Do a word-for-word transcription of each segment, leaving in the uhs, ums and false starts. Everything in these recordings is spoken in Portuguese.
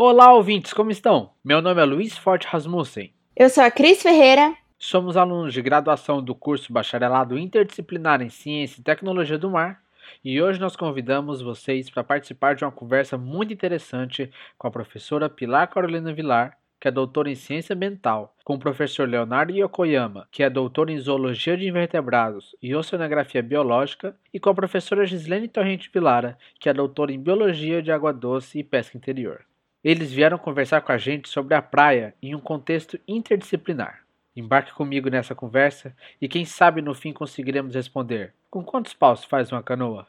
Olá, ouvintes, como estão? Meu nome é Luiz Forte Rasmussen. Eu sou a Cris Ferreira. Somos alunos de graduação do curso Bacharelado Interdisciplinar em Ciência e Tecnologia do Mar e hoje nós convidamos vocês para participar de uma conversa muito interessante com a professora Pilar Carolina Vilar, que é doutora em Ciência Ambiental, com o professor Leonardo Yokoyama, que é doutor em Zoologia de Invertebrados e Oceanografia Biológica, e com a professora Gislene Torrente Vilara, que é doutora em Biologia de Água Doce e Pesca Interior. Eles vieram conversar com a gente sobre a praia em um contexto interdisciplinar. Embarque comigo nessa conversa e quem sabe no fim conseguiremos responder: com quantos paus faz uma canoa?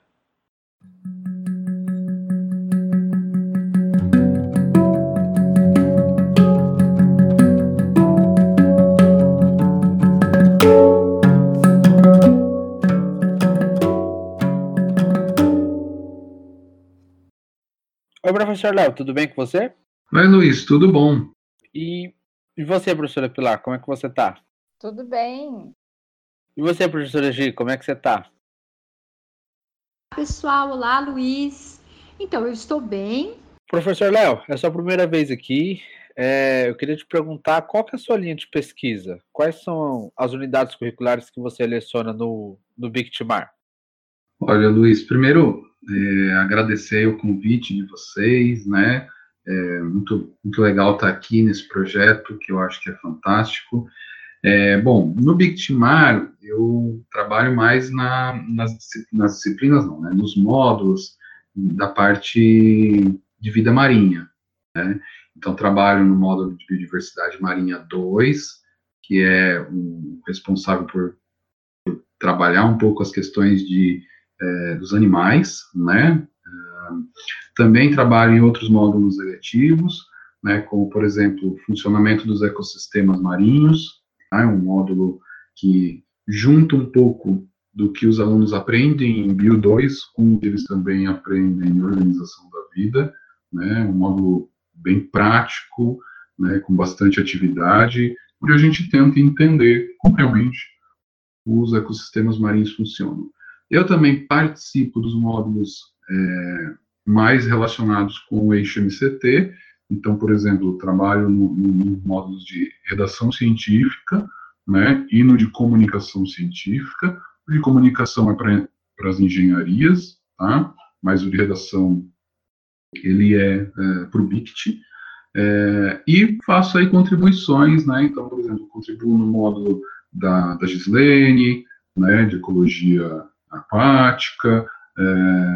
Oi, professor Léo, tudo bem com você? Oi, Luiz, tudo bom? E, e você, professora Pilar, como é que você tá? Tudo bem. E você, professora Gi, como é que você tá? Pessoal, olá, Luiz. Então, eu estou bem. Professor Léo, é a sua primeira vez aqui. É, eu queria te perguntar qual que é a sua linha de pesquisa? Quais são as unidades curriculares que você leciona no, no Bictimar? Olha, Luiz, primeiro é, agradecer o convite de vocês, né? É muito, muito legal estar aqui nesse projeto, que eu acho que é fantástico. É, bom, no Bictimar, eu trabalho mais na, nas, nas disciplinas, não, né? Nos módulos da parte de vida marinha, né? Então, trabalho no módulo de Biodiversidade Marinha dois, que é o responsável por, por trabalhar um pouco as questões de É, dos animais, né? Uh, também trabalho em outros módulos eletivos, né? Como, por exemplo, funcionamento dos ecossistemas marinhos, tá? Um módulo que junta um pouco do que os alunos aprendem em Bio dois, com o que eles também aprendem em Organização da Vida, né? Um módulo bem prático, né? Com bastante atividade, onde a gente tenta entender como realmente os ecossistemas marinhos funcionam. Eu também participo dos módulos é, mais relacionados com o eixo M C T. Então, por exemplo, trabalho no, no módulos de redação científica, né, e no de comunicação científica. O de comunicação é para as engenharias, tá? Mas o de redação, ele é, é para o B I C T. É, e faço aí contribuições, né? Então, por exemplo, contribuo no módulo da, da Gislene, né, de ecologia aquática, é,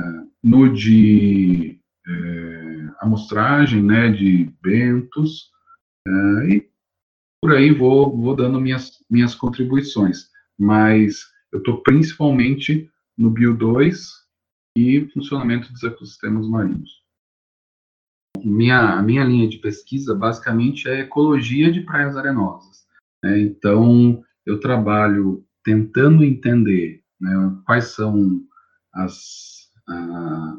no de é, amostragem, né, de bentos, é, e por aí vou, vou dando minhas, minhas contribuições, mas eu estou principalmente no Bio dois e funcionamento dos ecossistemas marinhos. Minha, a minha linha de pesquisa, basicamente, é ecologia de praias arenosas, né? Então, eu trabalho tentando entender, né, quais são as, a,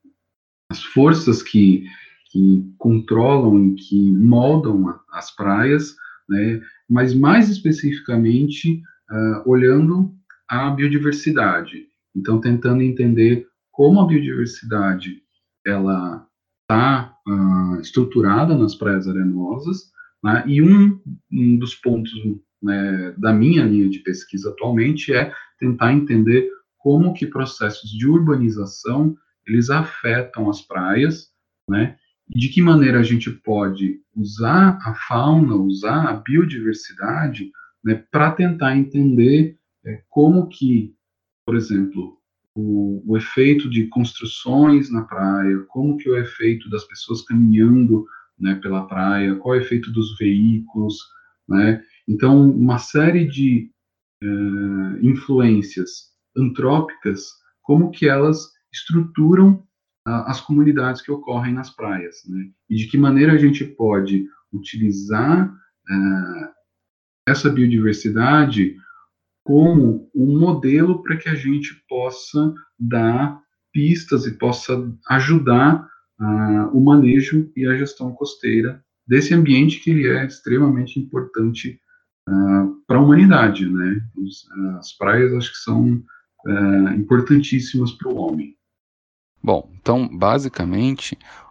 as forças que, que controlam e que moldam as praias, né, mas mais especificamente uh, olhando a biodiversidade. Então, tentando entender como a biodiversidade ela está uh, estruturada nas praias arenosas, né, e um, um dos pontos, né, da minha linha de pesquisa atualmente é tentar entender como que processos de urbanização eles afetam as praias, né, e de que maneira a gente pode usar a fauna, usar a biodiversidade, né, para tentar entender é, como que, por exemplo, o, o efeito de construções na praia, como que é o efeito das pessoas caminhando, né, pela praia, qual é o efeito dos veículos, né? Então, uma série de uh, influências antrópicas, como que elas estruturam uh, as comunidades que ocorrem nas praias, né? E de que maneira a gente pode utilizar uh, essa biodiversidade como um modelo para que a gente possa dar pistas e possa ajudar uh, o manejo e a gestão costeira desse ambiente que ele é extremamente importante uh, para a humanidade, né? As praias acho que são uh, importantíssimas para o homem. Bom, então, basicamente,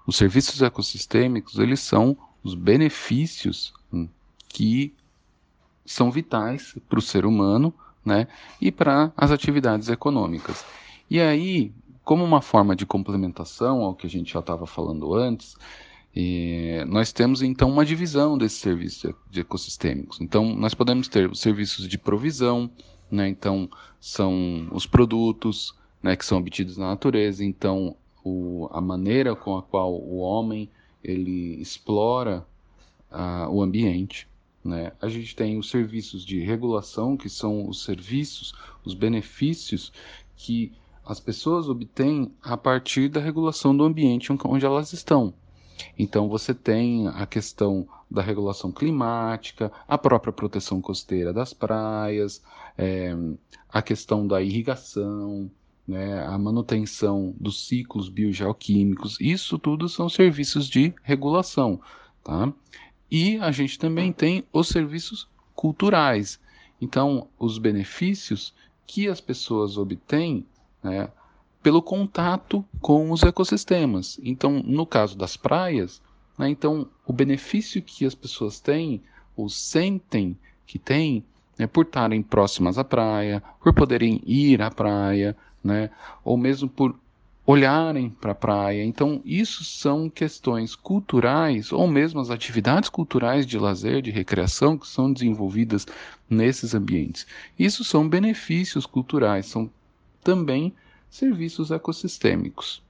Os serviços ecossistêmicos, eles são os benefícios hum, que são vitais para o ser humano, né, e para as atividades econômicas. E aí, como uma forma de complementação ao que a gente já estava falando antes, eh, nós temos então uma divisão desses serviços de ecossistêmicos. Então, nós podemos ter os serviços de provisão, né, então são os produtos, né, que são obtidos na natureza, então o, a maneira com a qual o homem ele explora uh, o ambiente. Né? A gente tem os serviços de regulação, que são os serviços, os benefícios que as pessoas obtêm a partir da regulação do ambiente onde elas estão. Então você tem a questão da regulação climática, a própria proteção costeira das praias, é, a questão da irrigação, né, a manutenção dos ciclos biogeoquímicos, isso tudo são serviços de regulação, tá? E a gente também tem os serviços culturais. Então, os benefícios que as pessoas obtêm, né, pelo contato com os ecossistemas. Então, no caso das praias, né, então, o benefício que as pessoas têm, ou sentem que têm, né, por estarem próximas à praia, por poderem ir à praia, né, ou mesmo por olharem para a praia. Então, isso são questões culturais, ou mesmo as atividades culturais de lazer, de recreação, que são desenvolvidas nesses ambientes. Isso são benefícios culturais, são também serviços ecossistêmicos.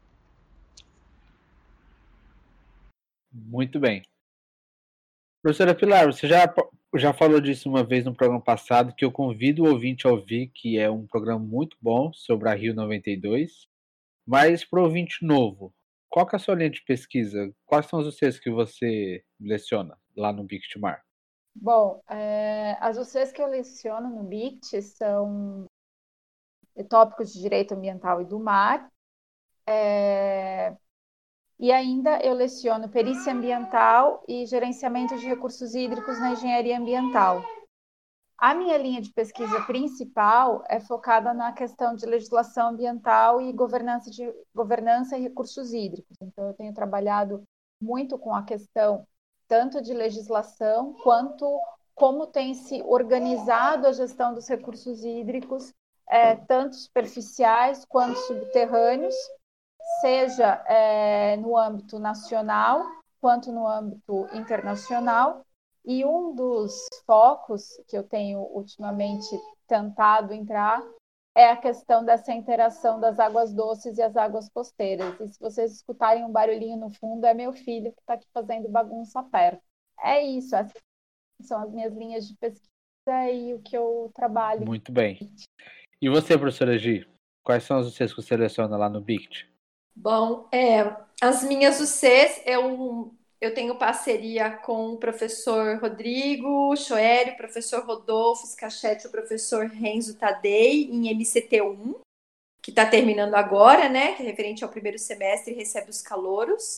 Muito bem. Professora Pilar, você já, já falou disso uma vez no programa passado, que eu convido o ouvinte a ouvir, que é um programa muito bom sobre a Rio noventa e dois. Mas para o ouvinte novo, qual que é a sua linha de pesquisa? Quais são os textos que você leciona lá no BICTMAR? Bom, é, as U Cs que eu leciono no B I C T são tópicos de direito ambiental e do mar, é, e ainda eu leciono perícia ambiental e gerenciamento de recursos hídricos na engenharia ambiental. A minha linha de pesquisa principal é focada na questão de legislação ambiental e governança, de, governança e recursos hídricos. Então, eu tenho trabalhado muito com a questão tanto de legislação quanto como tem se organizado a gestão dos recursos hídricos, é, tanto superficiais quanto subterrâneos, seja é, no âmbito nacional quanto no âmbito internacional. E um dos focos que eu tenho ultimamente tentado entrar é a questão dessa interação das águas doces e as águas costeiras. E se vocês escutarem um barulhinho no fundo, é meu filho que está aqui fazendo bagunça perto. É isso, essas são as minhas linhas de pesquisa e o que eu trabalho. Muito bem. E você, professora Gi, quais são as U Cs que você seleciona lá no B I C T? Bom, é, as minhas U Cs, eu... Eu tenho parceria com o professor Rodrigo Choeri, o professor Rodolfo Scachete, o professor Renzo Tadei, em M C T um, que está terminando agora, né? Que é referente ao primeiro semestre e recebe os calouros.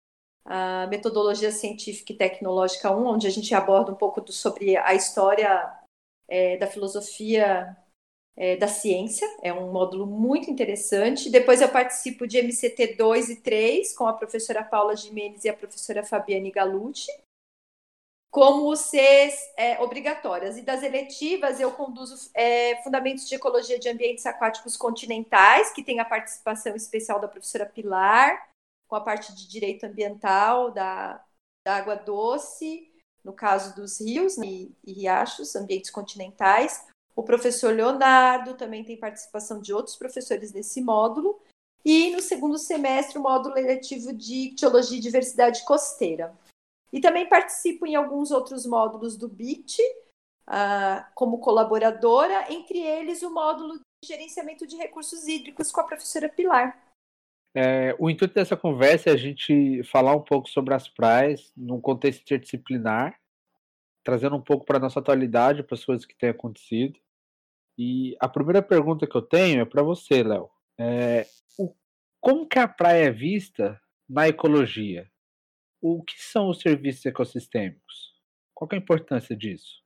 A Metodologia Científica e Tecnológica um, onde a gente aborda um pouco do, sobre a história é, da filosofia é, da ciência. É um módulo muito interessante. Depois eu participo de M C T dois e três com a professora Paula Gimenez e a professora Fabiane Galucci, como U Cs é, obrigatórias. E das eletivas eu conduzo é, Fundamentos de Ecologia de Ambientes Aquáticos Continentais, que tem a participação especial da professora Pilar, com a parte de Direito Ambiental da, da água doce, no caso dos rios, né, e, e riachos, ambientes continentais. O professor Leonardo também tem participação de outros professores nesse módulo. E no segundo semestre, o módulo eletivo de Ictiologia e Diversidade Costeira. E também participo em alguns outros módulos do B I C T, uh, como colaboradora, entre eles o módulo de Gerenciamento de Recursos Hídricos com a professora Pilar. É, o intuito dessa conversa é a gente falar um pouco sobre as praias, num contexto interdisciplinar, trazendo um pouco para a nossa atualidade, para as coisas que têm acontecido. E a primeira pergunta que eu tenho é para você, Léo. É, o, como que a praia é vista na ecologia? O que são os serviços ecossistêmicos? Qual que é a importância disso?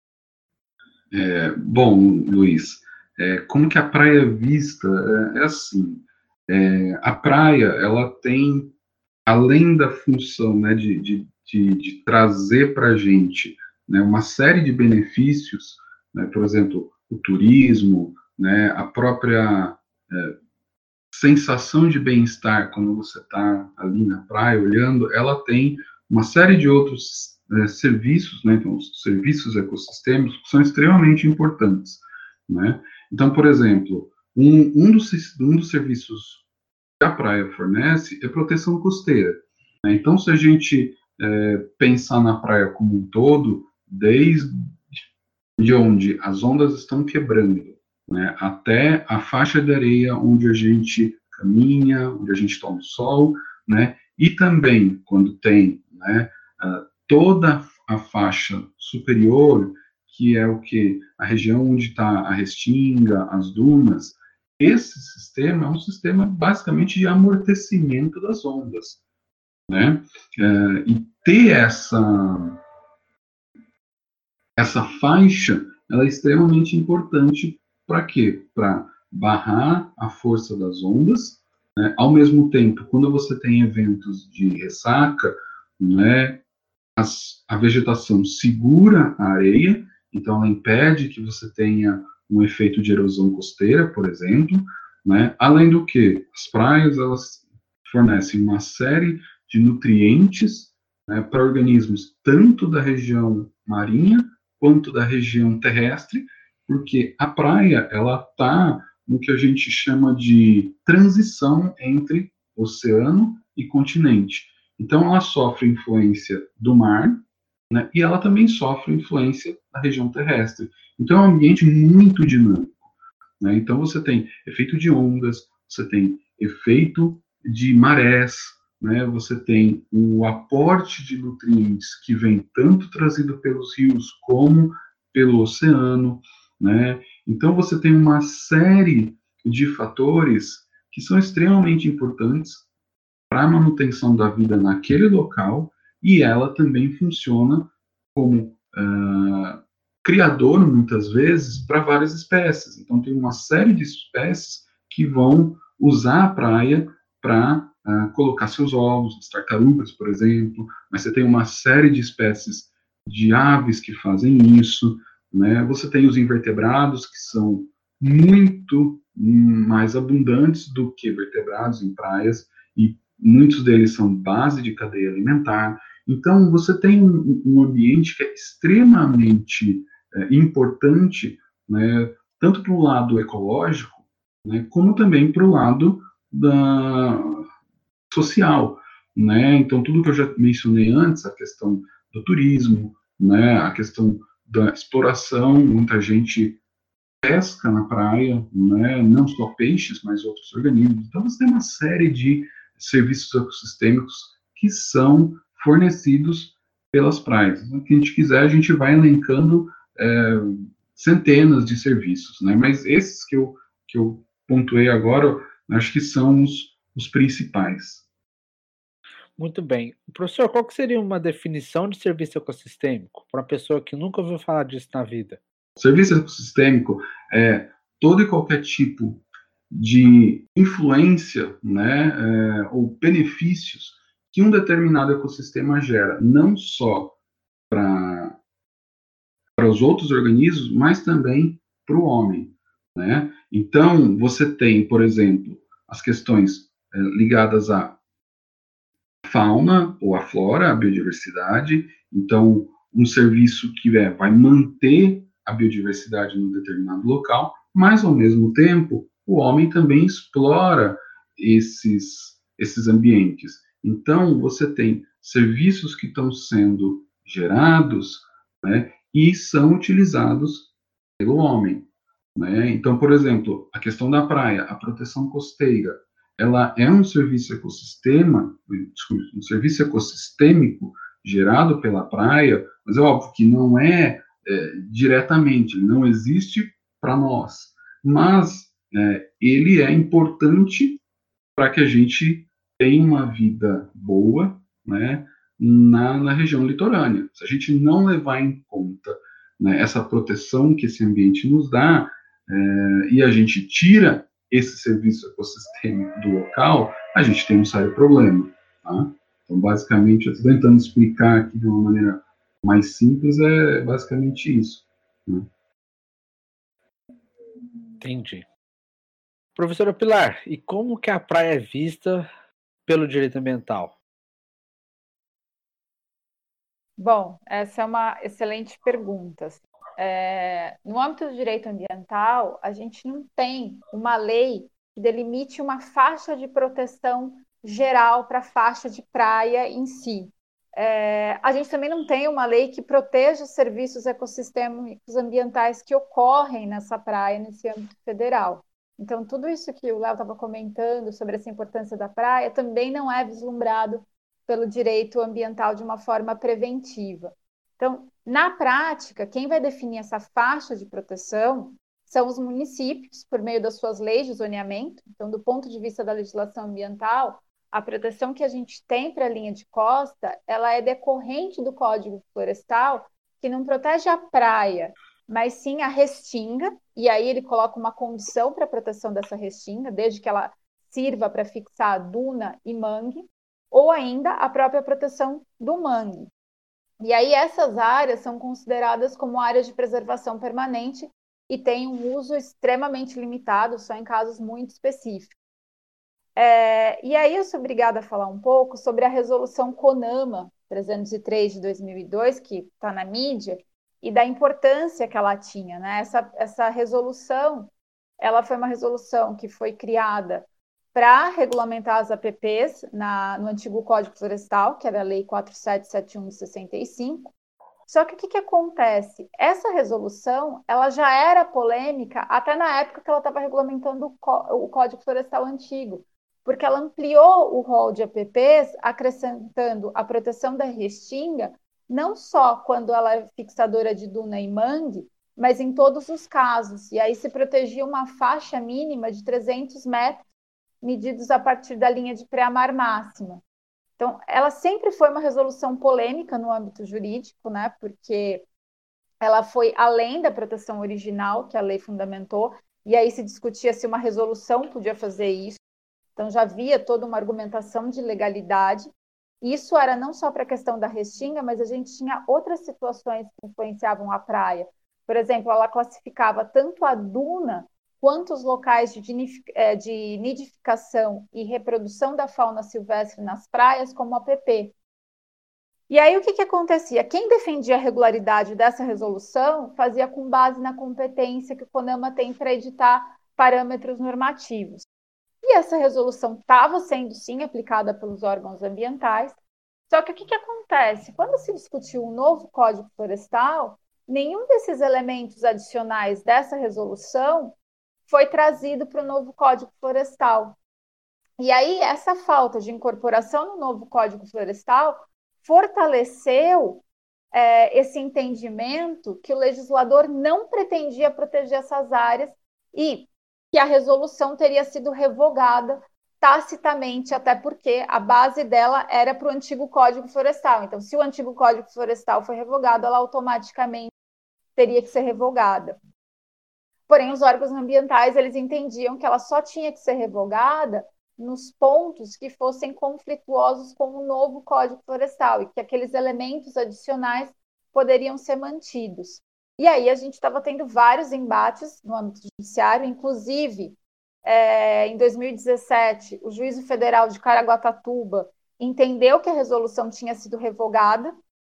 É, bom, Luiz, é, como que a praia é vista? É, é assim, é, a praia, ela tem além da função, né, de, de, de, de trazer para a gente, né, uma série de benefícios, né, por exemplo, o turismo, né, a própria é, sensação de bem-estar quando você está ali na praia olhando, ela tem uma série de outros é, serviços, né, então, os serviços ecossistêmicos que são extremamente importantes, né? Então, por exemplo, um, um, dos, um dos serviços que a praia fornece é proteção costeira, né? Então, se a gente é, pensar na praia como um todo, desde de onde as ondas estão quebrando, né, até a faixa de areia onde a gente caminha, onde a gente toma sol, né, e também quando tem, né, toda a faixa superior, que é o que a região onde está a restinga, as dunas, esse sistema é um sistema basicamente de amortecimento das ondas, né, e ter essa essa faixa, ela é extremamente importante para quê? Para barrar a força das ondas, né? Ao mesmo tempo, quando você tem eventos de ressaca, né, as, a vegetação segura a areia, então ela impede que você tenha um efeito de erosão costeira, por exemplo, né? Além do que, as praias, elas fornecem uma série de nutrientes, né, para organismos tanto da região marinha quanto da região terrestre, porque a praia, ela está no que a gente chama de transição entre oceano e continente. Então, ela sofre influência do mar, né, e ela também sofre influência da região terrestre. Então, é um ambiente muito dinâmico, né? Então, você tem efeito de ondas, você tem efeito de marés, né? Você tem o aporte de nutrientes que vem tanto trazido pelos rios como pelo oceano, né? Então, você tem uma série de fatores que são extremamente importantes para a manutenção da vida naquele local, e ela também funciona como uh, criador, muitas vezes, para várias espécies. Então, tem uma série de espécies que vão usar a praia para uh, colocar seus ovos, as tartarugas, por exemplo, mas você tem uma série de espécies de aves que fazem isso, né? Você tem os invertebrados, que são muito mais abundantes do que vertebrados em praias, e muitos deles são base de cadeia alimentar. Então, você tem um, um ambiente que é extremamente é, importante, né, tanto para o lado ecológico, né, como também para o lado da social, né? Então, tudo que eu já mencionei antes, a questão do turismo, né, a questão da exploração, muita gente pesca na praia, né, não só peixes, mas outros organismos. Então, você tem uma série de serviços ecossistêmicos que são fornecidos pelas praias. Se a gente quiser, a gente vai elencando é, centenas de serviços, né? Mas esses que eu, que eu pontuei agora, acho que são os, os principais. Muito bem. Professor, qual que seria uma definição de serviço ecossistêmico para uma pessoa que nunca ouviu falar disso na vida? Serviço ecossistêmico é todo e qualquer tipo de influência, né, é, ou benefícios que um determinado ecossistema gera, não só para para os outros organismos, mas também para o homem, né? Então, você tem, por exemplo, as questões é, ligadas à fauna ou à flora, à biodiversidade. Então, um serviço que é, vai manter a biodiversidade num determinado local, mas, ao mesmo tempo, o homem também explora esses, esses ambientes. Então, você tem serviços que estão sendo gerados, né, e são utilizados pelo homem, né? Então, por exemplo, a questão da praia, a proteção costeira, ela é um serviço ecossistema, um serviço ecossistêmico gerado pela praia, mas é óbvio que não é, é diretamente, ele não existe para nós, mas é, ele é importante para que a gente tenha uma vida boa, né, na, na região litorânea. Se a gente não levar em conta, né, essa proteção que esse ambiente nos dá, é, e a gente tira esse serviço ecossistêmico do local, a gente tem um sério problema. tá? Então, basicamente, eu estou tentando explicar aqui de uma maneira mais simples, é basicamente isso, né? Entendi. Professora Pilar, e como que a praia é vista pelo direito ambiental? Bom, essa é uma excelente pergunta. É, no âmbito do direito ambiental, a gente não tem uma lei que delimite uma faixa de proteção geral para a faixa de praia em si. É, a gente também não tem uma lei que proteja os serviços ecossistêmicos ambientais que ocorrem nessa praia, nesse âmbito federal. Então, tudo isso que o Léo estava comentando sobre essa importância da praia também não é vislumbrado pelo direito ambiental de uma forma preventiva. Então, na prática, quem vai definir essa faixa de proteção são os municípios, por meio das suas leis de zoneamento. Então, do ponto de vista da legislação ambiental, a proteção que a gente tem para a linha de costa, ela é decorrente do Código Florestal, que não protege a praia, mas sim a restinga, e aí ele coloca uma condição para a proteção dessa restinga, desde que ela sirva para fixar duna e mangue, ou ainda a própria proteção do mangue. E aí essas áreas são consideradas como áreas de preservação permanente e têm um uso extremamente limitado, só em casos muito específicos. É, e aí eu sou obrigada a falar um pouco sobre a resolução CONAMA trezentos e três de dois mil e dois, que está na mídia, e da importância que ela tinha, né? Essa, essa resolução, ela foi uma resolução que foi criada para regulamentar as A P Ps na, no antigo Código Florestal, que era a Lei quatro mil setecentos e setenta e um de sessenta e cinco. Só que o que, que acontece? Essa resolução, ela já era polêmica até na época que ela estava regulamentando o, o Código Florestal antigo, porque ela ampliou o rol de A P Ps, acrescentando a proteção da restinga, não só quando ela é fixadora de duna e mangue, mas em todos os casos. E aí se protegia uma faixa mínima de trezentos metros, medidos a partir da linha de pré-mar máxima. Então, ela sempre foi uma resolução polêmica no âmbito jurídico, né? Porque ela foi além da proteção original que a lei fundamentou, e aí se discutia se uma resolução podia fazer isso. Então, já havia toda uma argumentação de legalidade. Isso era não só para a questão da restinga, mas a gente tinha outras situações que influenciavam a praia. Por exemplo, ela classificava tanto a duna quanto os locais de nidificação e reprodução da fauna silvestre nas praias como A P P. E aí o que, que acontecia? Quem defendia a regularidade dessa resolução fazia com base na competência que o CONAMA tem para editar parâmetros normativos. E essa resolução estava sendo, sim, aplicada pelos órgãos ambientais. Só que o que, que acontece? Quando se discutiu o novo Código Florestal, nenhum desses elementos adicionais dessa resolução foi trazido para o novo Código Florestal. E aí, essa falta de incorporação no novo Código Florestal fortaleceu é, esse entendimento que o legislador não pretendia proteger essas áreas e que a resolução teria sido revogada tacitamente, até porque a base dela era para o antigo Código Florestal. Então, se o antigo Código Florestal foi revogado, ela automaticamente teria que ser revogada. Porém, os órgãos ambientais, eles entendiam que ela só tinha que ser revogada nos pontos que fossem conflituosos com o novo Código Florestal e que aqueles elementos adicionais poderiam ser mantidos. E aí a gente estava tendo vários embates no âmbito judiciário, inclusive, é, em dois mil e dezessete, o Juízo Federal de Caraguatatuba entendeu que a resolução tinha sido revogada.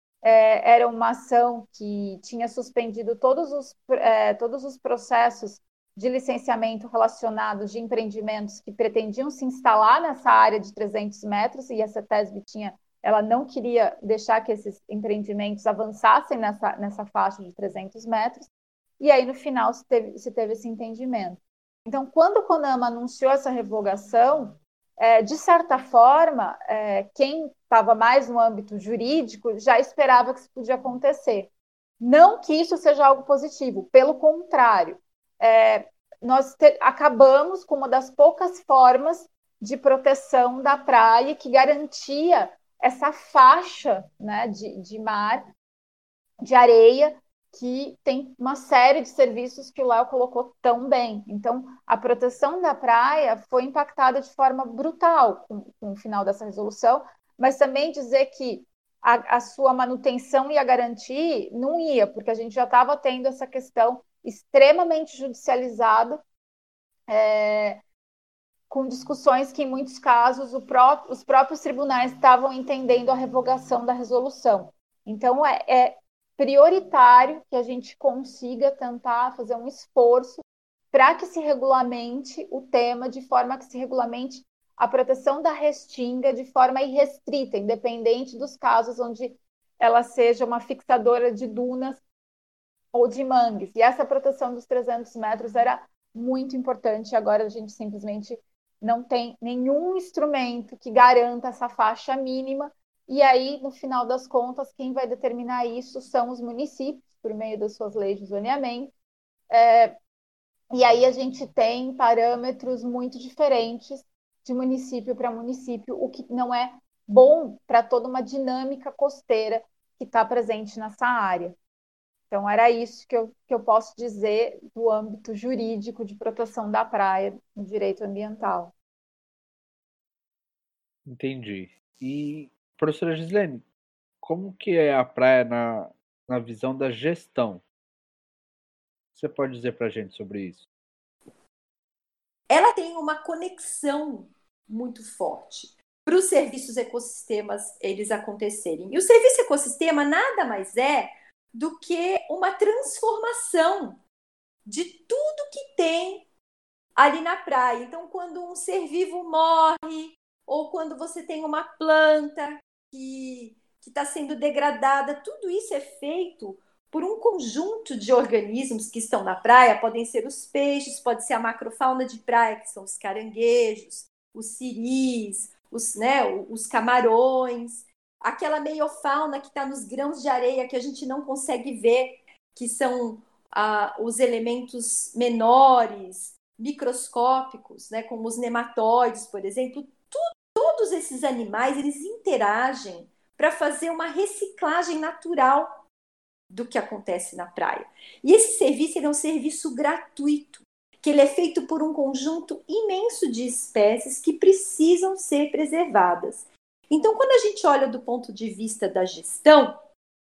É, era uma ação que tinha suspendido todos os, é, todos os processos de licenciamento relacionados de empreendimentos que pretendiam se instalar nessa área de trezentos metros, e a CETESB tinha, ela não queria deixar que esses empreendimentos avançassem nessa, nessa faixa de trezentos metros, e aí no final se teve, se teve esse entendimento. Então, quando o CONAMA anunciou essa revogação, é, de certa forma, é, quem estava mais no âmbito jurídico já esperava que isso podia acontecer. Não que isso seja algo positivo, pelo contrário. É, nós te, acabamos com uma das poucas formas de proteção da praia que garantia essa faixa, né, de, de mar, de areia, que tem uma série de serviços que o Léo colocou tão bem. Então, a proteção da praia foi impactada de forma brutal com, com o final dessa resolução, mas também dizer que a, a sua manutenção ia garantir, não ia, porque a gente já estava tendo essa questão extremamente judicializada, é, com discussões que, em muitos casos, pró os próprios tribunais estavam entendendo a revogação da resolução. Então, é, é prioritário que a gente consiga tentar fazer um esforço para que se regulamente o tema, de forma que se regulamente a proteção da restinga de forma irrestrita, independente dos casos onde ela seja uma fixadora de dunas ou de mangues. E essa proteção dos trezentos metros era muito importante. Agora a gente simplesmente não tem nenhum instrumento que garanta essa faixa mínima. E aí, no final das contas, quem vai determinar isso são os municípios, por meio das suas leis de zoneamento. É, e aí a gente tem parâmetros muito diferentes de município para município, o que não é bom para toda uma dinâmica costeira que está presente nessa área. Então, era isso que eu, que eu posso dizer do âmbito jurídico de proteção da praia no direito ambiental. Entendi. E, professora Gislene, como que é a praia na, na visão da gestão? Você pode dizer para a gente sobre isso? Ela tem uma conexão muito forte para os serviços ecossistemas eles acontecerem. E o serviço ecossistema nada mais é do que uma transformação de tudo que tem ali na praia. Então, quando um ser vivo morre, ou quando você tem uma planta que está sendo degradada, tudo isso é feito por um conjunto de organismos que estão na praia. Podem ser os peixes, pode ser a macrofauna de praia, que são os caranguejos, os siris, os, né, os camarões, aquela meiofauna que está nos grãos de areia que a gente não consegue ver, que são ah, os elementos menores, microscópicos, né, como os nematóides, por exemplo. Tudo, todos esses animais, eles interagem para fazer uma reciclagem natural do que acontece na praia. E esse serviço ele é um serviço gratuito, que ele é feito por um conjunto imenso de espécies que precisam ser preservadas. Então, quando a gente olha do ponto de vista da gestão,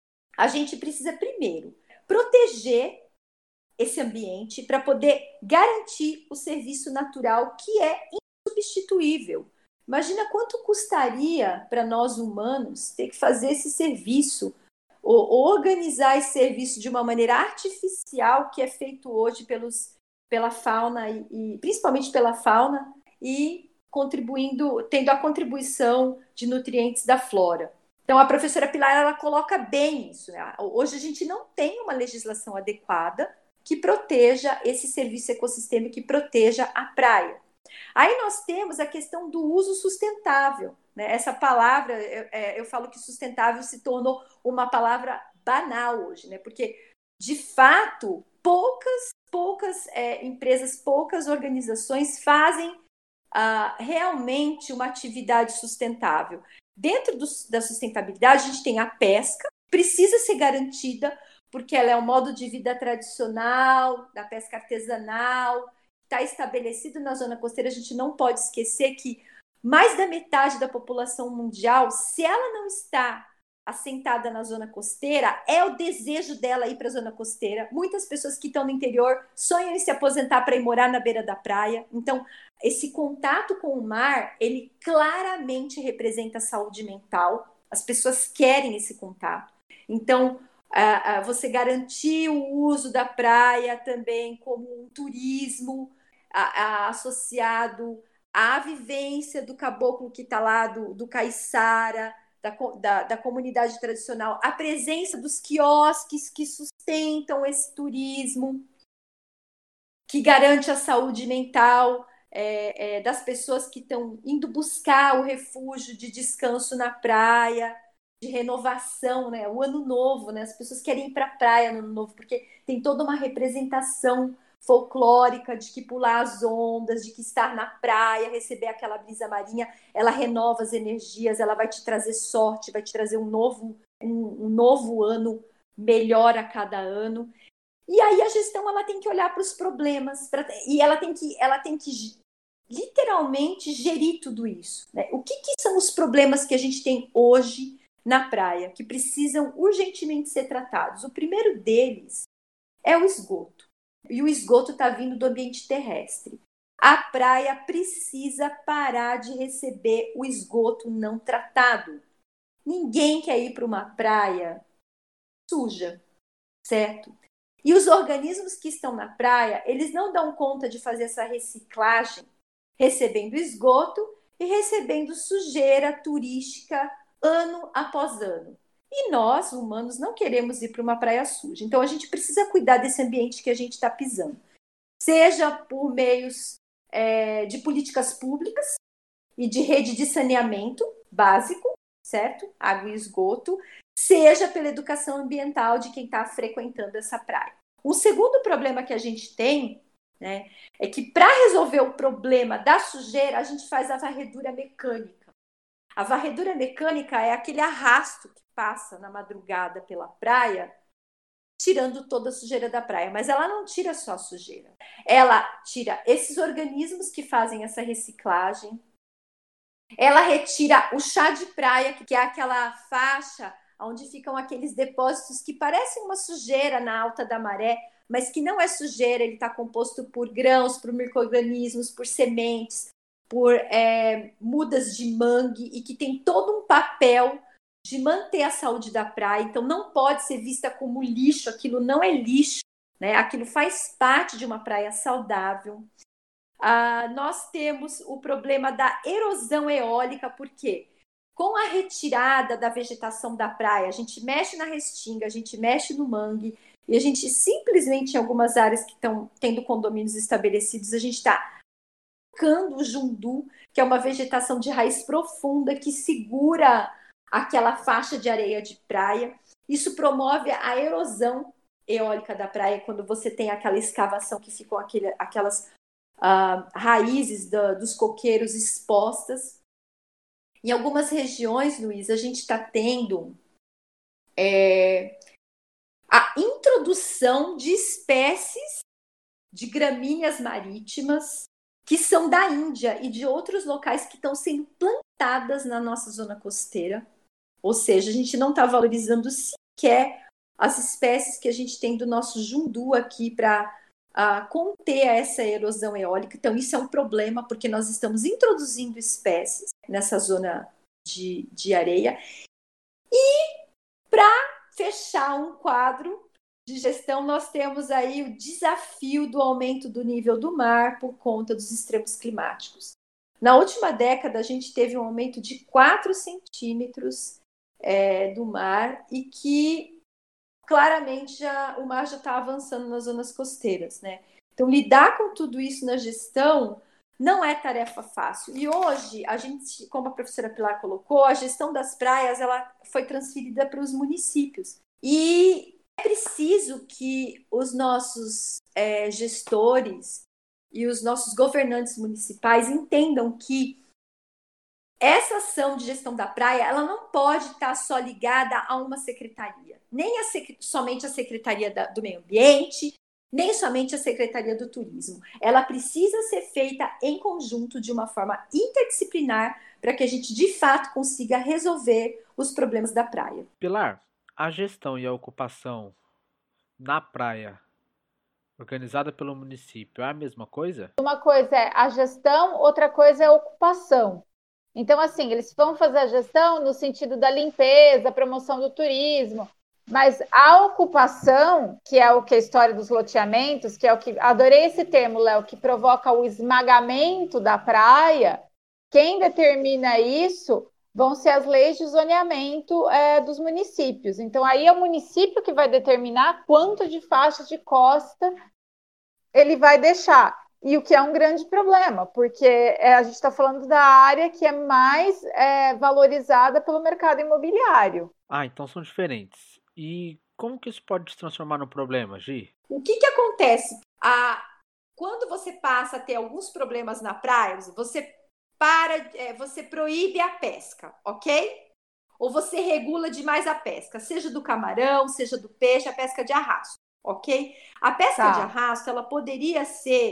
a gente precisa primeiro proteger esse ambiente para poder garantir o serviço natural, que é insubstituível. Imagina quanto custaria para nós humanos ter que fazer esse serviço, ou organizar esse serviço de uma maneira artificial, que é feito hoje pelos, pela fauna, e, e principalmente pela fauna, e contribuindo, tendo a contribuição de nutrientes da flora. Então, a professora Pilar, ela coloca bem isso, né? Hoje a gente não tem uma legislação adequada que proteja esse serviço ecossistêmico, que proteja a praia. Aí nós temos a questão do uso sustentável, né? Essa palavra, eu, eu falo que sustentável se tornou uma palavra banal hoje, né? Porque, de fato, poucas, poucas é, empresas, poucas organizações fazem ah, realmente uma atividade sustentável. Dentro do, da sustentabilidade, a gente tem a pesca, precisa ser garantida, porque ela é um modo de vida tradicional, da pesca artesanal, está estabelecido na zona costeira. A gente não pode esquecer que mais da metade da população mundial, se ela não está assentada na zona costeira, é o desejo dela ir para a zona costeira. Muitas pessoas que estão no interior sonham em se aposentar para ir morar na beira da praia. Então, esse contato com o mar, ele claramente representa a saúde mental. As pessoas querem esse contato. Então, Uh, uh, você garantir o uso da praia também como um turismo uh, uh, associado à vivência do caboclo que está lá, do, do caiçara, da, da, da comunidade tradicional, a presença dos quiosques que sustentam esse turismo, que garante a saúde mental é, é, das pessoas que estão indo buscar o refúgio de descanso na praia, de renovação, né? O ano novo, né? As pessoas querem ir para a praia no ano novo, porque tem toda uma representação folclórica de que pular as ondas, de que estar na praia, receber aquela brisa marinha, ela renova as energias, ela vai te trazer sorte, vai te trazer um novo, um, um novo ano melhor a cada ano. E aí a gestão ela tem que olhar para os problemas, pra, e ela tem que, ela tem que literalmente gerir tudo isso, né? O que, que são os problemas que a gente tem hoje na praia, que precisam urgentemente ser tratados? O primeiro deles é o esgoto. E o esgoto está vindo do ambiente terrestre. A praia precisa parar de receber o esgoto não tratado. Ninguém quer ir para uma praia suja, certo? E os organismos que estão na praia, eles não dão conta de fazer essa reciclagem, recebendo esgoto e recebendo sujeira turística ano após ano. E nós, humanos, não queremos ir para uma praia suja. Então, a gente precisa cuidar desse ambiente que a gente está pisando. Seja por meios é, de políticas públicas e de rede de saneamento básico, certo? Água e esgoto, seja pela educação ambiental de quem está frequentando essa praia. Um segundo problema que a gente tem, né, é que para resolver o problema da sujeira, a gente faz a varredura mecânica. A varredura mecânica é aquele arrasto que passa na madrugada pela praia, tirando toda a sujeira da praia. Mas ela não tira só a sujeira. Ela tira esses organismos que fazem essa reciclagem. Ela retira o chá de praia, que é aquela faixa onde ficam aqueles depósitos que parecem uma sujeira na alta da maré, mas que não é sujeira, ele está composto por grãos, por micro-organismos, por sementes, por é, mudas de mangue, e que tem todo um papel de manter a saúde da praia. Então não pode ser vista como lixo, aquilo não é lixo, né? Aquilo faz parte de uma praia saudável. Ah, nós temos o problema da erosão eólica, por quê? Com a retirada da vegetação da praia, a gente mexe na restinga, a gente mexe no mangue, e a gente simplesmente, em algumas áreas que estão tendo condomínios estabelecidos, a gente está arrancando o jundu, que é uma vegetação de raiz profunda que segura aquela faixa de areia de praia. Isso promove a erosão eólica da praia, quando você tem aquela escavação que ficam aquele, aquelas uh, raízes do, dos coqueiros expostas. Em algumas regiões, Luiz, a gente está tendo é, a introdução de espécies de gramíneas marítimas que são da Índia e de outros locais que estão sendo plantadas na nossa zona costeira. Ou seja, a gente não está valorizando sequer as espécies que a gente tem do nosso jundu aqui para uh, conter essa erosão eólica. Então, isso é um problema, porque nós estamos introduzindo espécies nessa zona de, de areia. E, para fechar um quadro de gestão, nós temos aí o desafio do aumento do nível do mar por conta dos extremos climáticos. Na última década, a gente teve um aumento de quatro centímetros é, do mar, e que claramente já, o mar já está avançando nas zonas costeiras, né? Então, lidar com tudo isso na gestão não é tarefa fácil. E hoje, a gente, como a professora Pilar colocou, a gestão das praias ela foi transferida para os municípios. E é preciso que os nossos é, gestores e os nossos governantes municipais entendam que essa ação de gestão da praia ela não pode estar só ligada a uma secretaria. Nem a sec- somente a Secretaria da, do Meio Ambiente, nem somente a Secretaria do Turismo. Ela precisa ser feita em conjunto, de uma forma interdisciplinar, para que a gente, de fato, consiga resolver os problemas da praia. Pilar, a gestão e a ocupação na praia, organizada pelo município, é a mesma coisa? Uma coisa é a gestão, outra coisa é a ocupação. Então, assim, eles vão fazer a gestão no sentido da limpeza, promoção do turismo, mas a ocupação, que é o que é a história dos loteamentos, que é o que, adorei esse termo, Léo, que provoca o esmagamento da praia, quem determina isso vão ser as leis de zoneamento é, dos municípios. Então, aí é o município que vai determinar quanto de faixa de costa ele vai deixar. E o que é um grande problema, porque é, a gente está falando da área que é mais é, valorizada pelo mercado imobiliário. Ah, então são diferentes. E como que isso pode se transformar num problema, Gi? O que, que acontece? A, quando você passa a ter alguns problemas na praia, você para, é, você proíbe a pesca, ok? Ou você regula demais a pesca, seja do camarão, seja do peixe, a pesca de arrasto, ok? A pesca Tá. de arrasto, ela poderia ser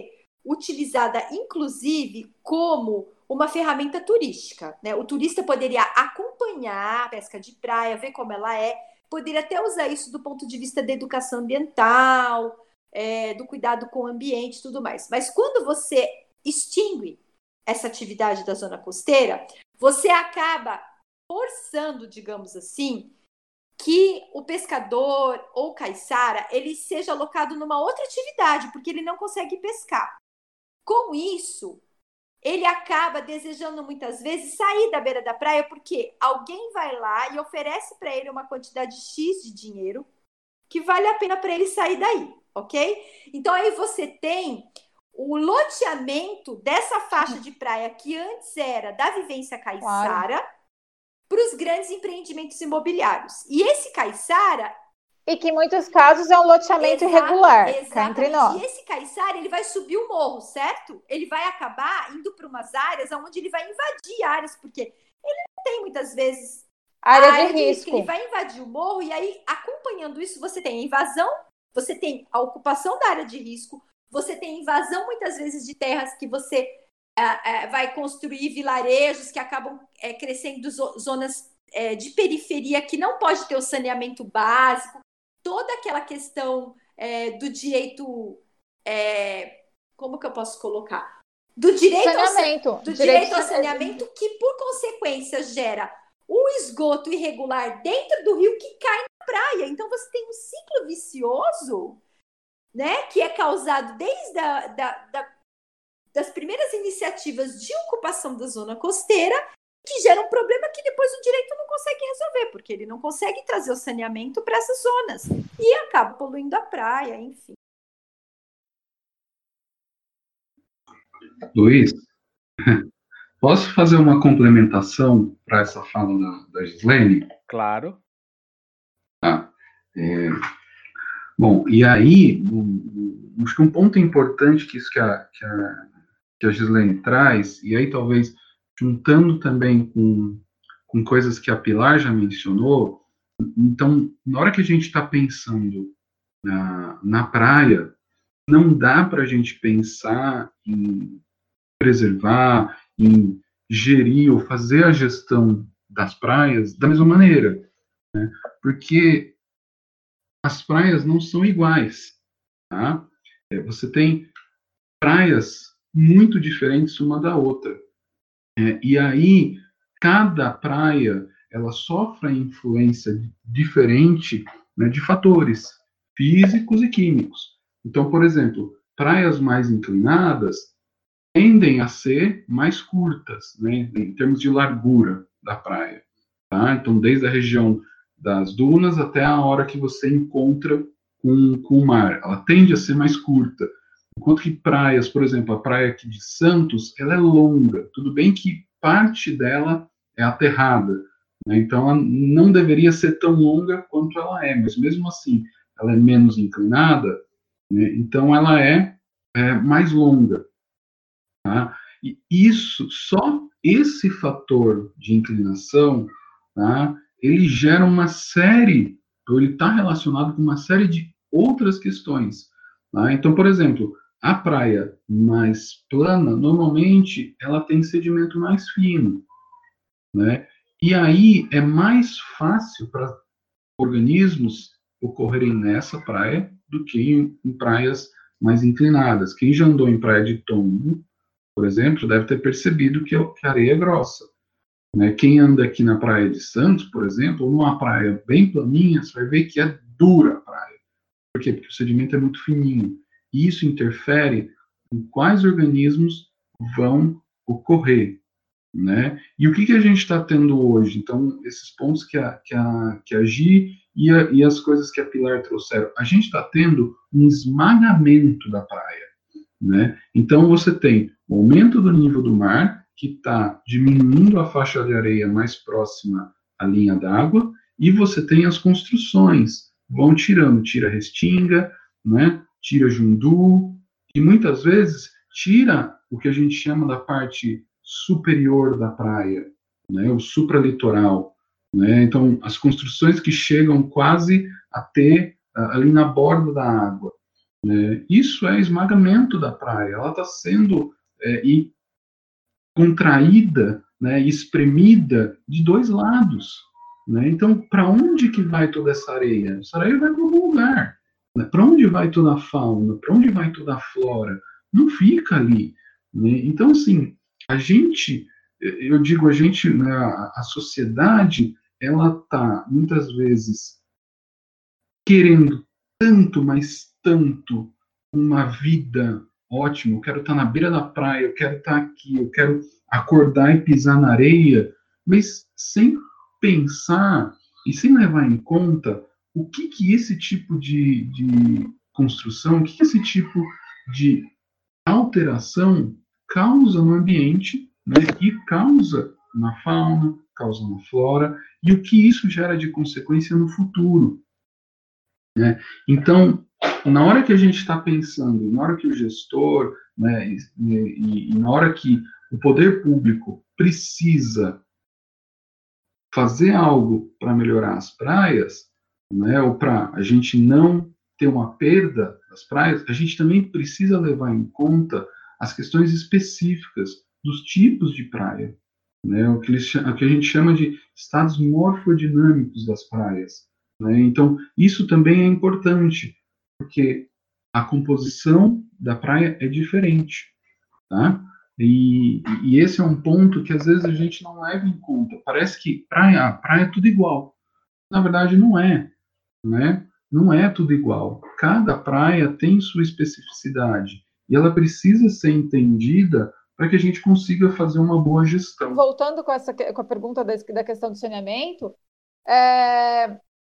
utilizada, inclusive, como uma ferramenta turística, né? O turista poderia acompanhar a pesca de praia, ver como ela é, poderia até usar isso do ponto de vista da educação ambiental, é, do cuidado com o ambiente e tudo mais. Mas quando você extingue essa atividade da zona costeira, você acaba forçando, digamos assim, que o pescador ou caiçara, ele seja alocado numa outra atividade, porque ele não consegue pescar. Com isso, ele acaba desejando muitas vezes sair da beira da praia, porque alguém vai lá e oferece para ele uma quantidade X de dinheiro que vale a pena para ele sair daí, ok? Então aí você tem o loteamento dessa faixa de praia que antes era da vivência caiçara, claro, para os grandes empreendimentos imobiliários. E esse caiçara... E que em muitos casos é um loteamento Exato, irregular, cá entre nós. E esse caiçara, ele vai subir o morro, certo? Ele vai acabar indo para umas áreas onde ele vai invadir áreas, porque ele não tem muitas vezes área, área de, de risco. risco. Ele vai invadir o morro e aí, acompanhando isso, você tem a invasão, você tem a ocupação da área de risco, você tem invasão, muitas vezes, de terras que você uh, uh, vai construir vilarejos que acabam uh, crescendo zo- zonas uh, de periferia que não pode ter o saneamento básico. Toda aquela questão é, do direito, é, como que eu posso colocar? Do direito saneamento. ao, do direito direito ao saneamento, que por consequência gera um esgoto irregular dentro do rio que cai na praia. Então você tem um ciclo vicioso, né, que é causado desde a, da, da, das primeiras iniciativas de ocupação da zona costeira, que gera um problema que depois o direito não consegue resolver, porque ele não consegue trazer o saneamento para essas zonas e acaba poluindo a praia, enfim. Luiz, posso fazer uma complementação para essa fala da, da Gislene? Claro. Tá. É, bom, e aí, um, um, acho que um ponto importante que isso que a, que a, que a Gislene traz, e aí talvez juntando também com, com coisas que a Pilar já mencionou, então, na hora que a gente está pensando na, na praia, não dá para a gente pensar em preservar, em gerir ou fazer a gestão das praias da mesma maneira, né? Porque as praias não são iguais, tá? É, você tem praias muito diferentes uma da outra. É, e aí, cada praia, ela sofre a influência diferente, né, de fatores físicos e químicos. Então, por exemplo, praias mais inclinadas tendem a ser mais curtas, né, em termos de largura da praia. Tá? Então, desde a região das dunas até a hora que você encontra com, com o mar. Ela tende a ser mais curta. Enquanto que praias, por exemplo, a praia aqui de Santos, ela é longa. Tudo bem que parte dela é aterrada, né? Então ela não deveria ser tão longa quanto ela é, mas mesmo assim ela é menos inclinada, né? Então ela é, é mais longa. Tá? E isso, só esse fator de inclinação, tá? Ele gera uma série, ou ele está relacionado com uma série de outras questões. Tá? Então, por exemplo, a praia mais plana, normalmente, ela tem sedimento mais fino, né? E aí é mais fácil para organismos ocorrerem nessa praia do que em, em praias mais inclinadas. Quem já andou em praia de tombo, por exemplo, deve ter percebido que, que a areia é grossa, né? Quem anda aqui na praia de Santos, por exemplo, numa praia bem planinha, você vai ver que é dura a praia. Por quê? Porque o sedimento é muito fininho. E isso interfere em quais organismos vão ocorrer, né? E o que, que a gente está tendo hoje? Então, esses pontos que a, que a, que a Gi e, a, e as coisas que a Pilar trouxeram, a gente está tendo um esmagamento da praia, né? Então, você tem o aumento do nível do mar, que está diminuindo a faixa de areia mais próxima à linha d'água, e você tem as construções, vão tirando, tira restinga, né? Tira jundu, e muitas vezes tira o que a gente chama da parte superior da praia, né? O supralitoral, né? Então, as construções que chegam quase a ter ali na borda da água. né? Isso é esmagamento da praia, ela está sendo é, e contraída, né, espremida de dois lados, né? Então, para onde que vai toda essa areia? Essa areia vai para algum lugar, né? Para onde vai toda a fauna? Para onde vai toda a flora? Não fica ali, né? Então, assim, a gente, eu digo a gente, né, a, a sociedade, ela está muitas vezes querendo tanto, mas tanto uma vida ótima. Eu quero estar na beira da praia, eu quero estar aqui, eu quero acordar e pisar na areia, mas sem pensar e sem levar em conta o que que esse tipo de, de construção, o que que esse tipo de alteração causa no ambiente, né, e causa na fauna, causa na flora, e o que isso gera de consequência no futuro, né? Então, na hora que a gente está pensando, na hora que o gestor, né, e, e, e na hora que o poder público precisa fazer algo para melhorar as praias, né, ou para a gente não ter uma perda das praias, a gente também precisa levar em conta as questões específicas dos tipos de praia, né, o, que eles, o que a gente chama de estados morfodinâmicos das praias, né? Então, isso também é importante, porque a composição da praia é diferente, tá? E, e esse é um ponto que às vezes a gente não leva em conta. Parece que praia, praia é tudo igual. Na verdade, não é, né? Não é tudo igual. Cada praia tem sua especificidade e ela precisa ser entendida para que a gente consiga fazer uma boa gestão. Voltando com, essa, com a pergunta da, da questão do saneamento, é,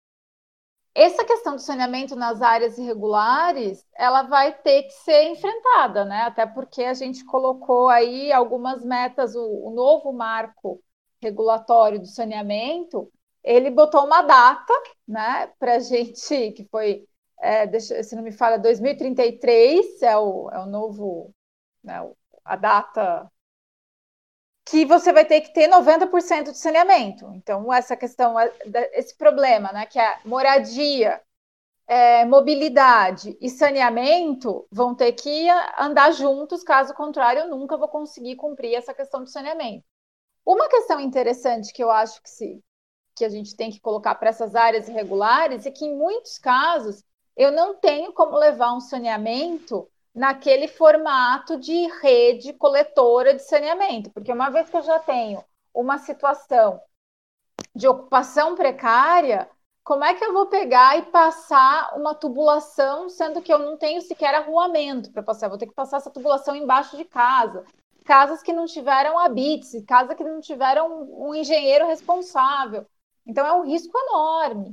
essa questão do saneamento nas áreas irregulares, ela vai ter que ser enfrentada, né? Até porque a gente colocou aí algumas metas, o, o novo marco regulatório do saneamento, ele botou uma data, né, para a gente, que foi, é, deixa, se não me falha, dois mil e trinta e três, é o, é o novo, né, a data que você vai ter que ter noventa por cento de saneamento. Então, essa questão, esse problema, né, que é moradia, é, mobilidade e saneamento vão ter que andar juntos, caso contrário, eu nunca vou conseguir cumprir essa questão do saneamento. Uma questão interessante que eu acho que, se, que a gente tem que colocar para essas áreas irregulares é que, em muitos casos, eu não tenho como levar um saneamento naquele formato de rede coletora de saneamento, porque uma vez que eu já tenho uma situação de ocupação precária, como é que eu vou pegar e passar uma tubulação, sendo que eu não tenho sequer arruamento para passar? Eu vou ter que passar essa tubulação embaixo de casa, casas que não tiveram habites, casas que não tiveram um engenheiro responsável. Então, é um risco enorme.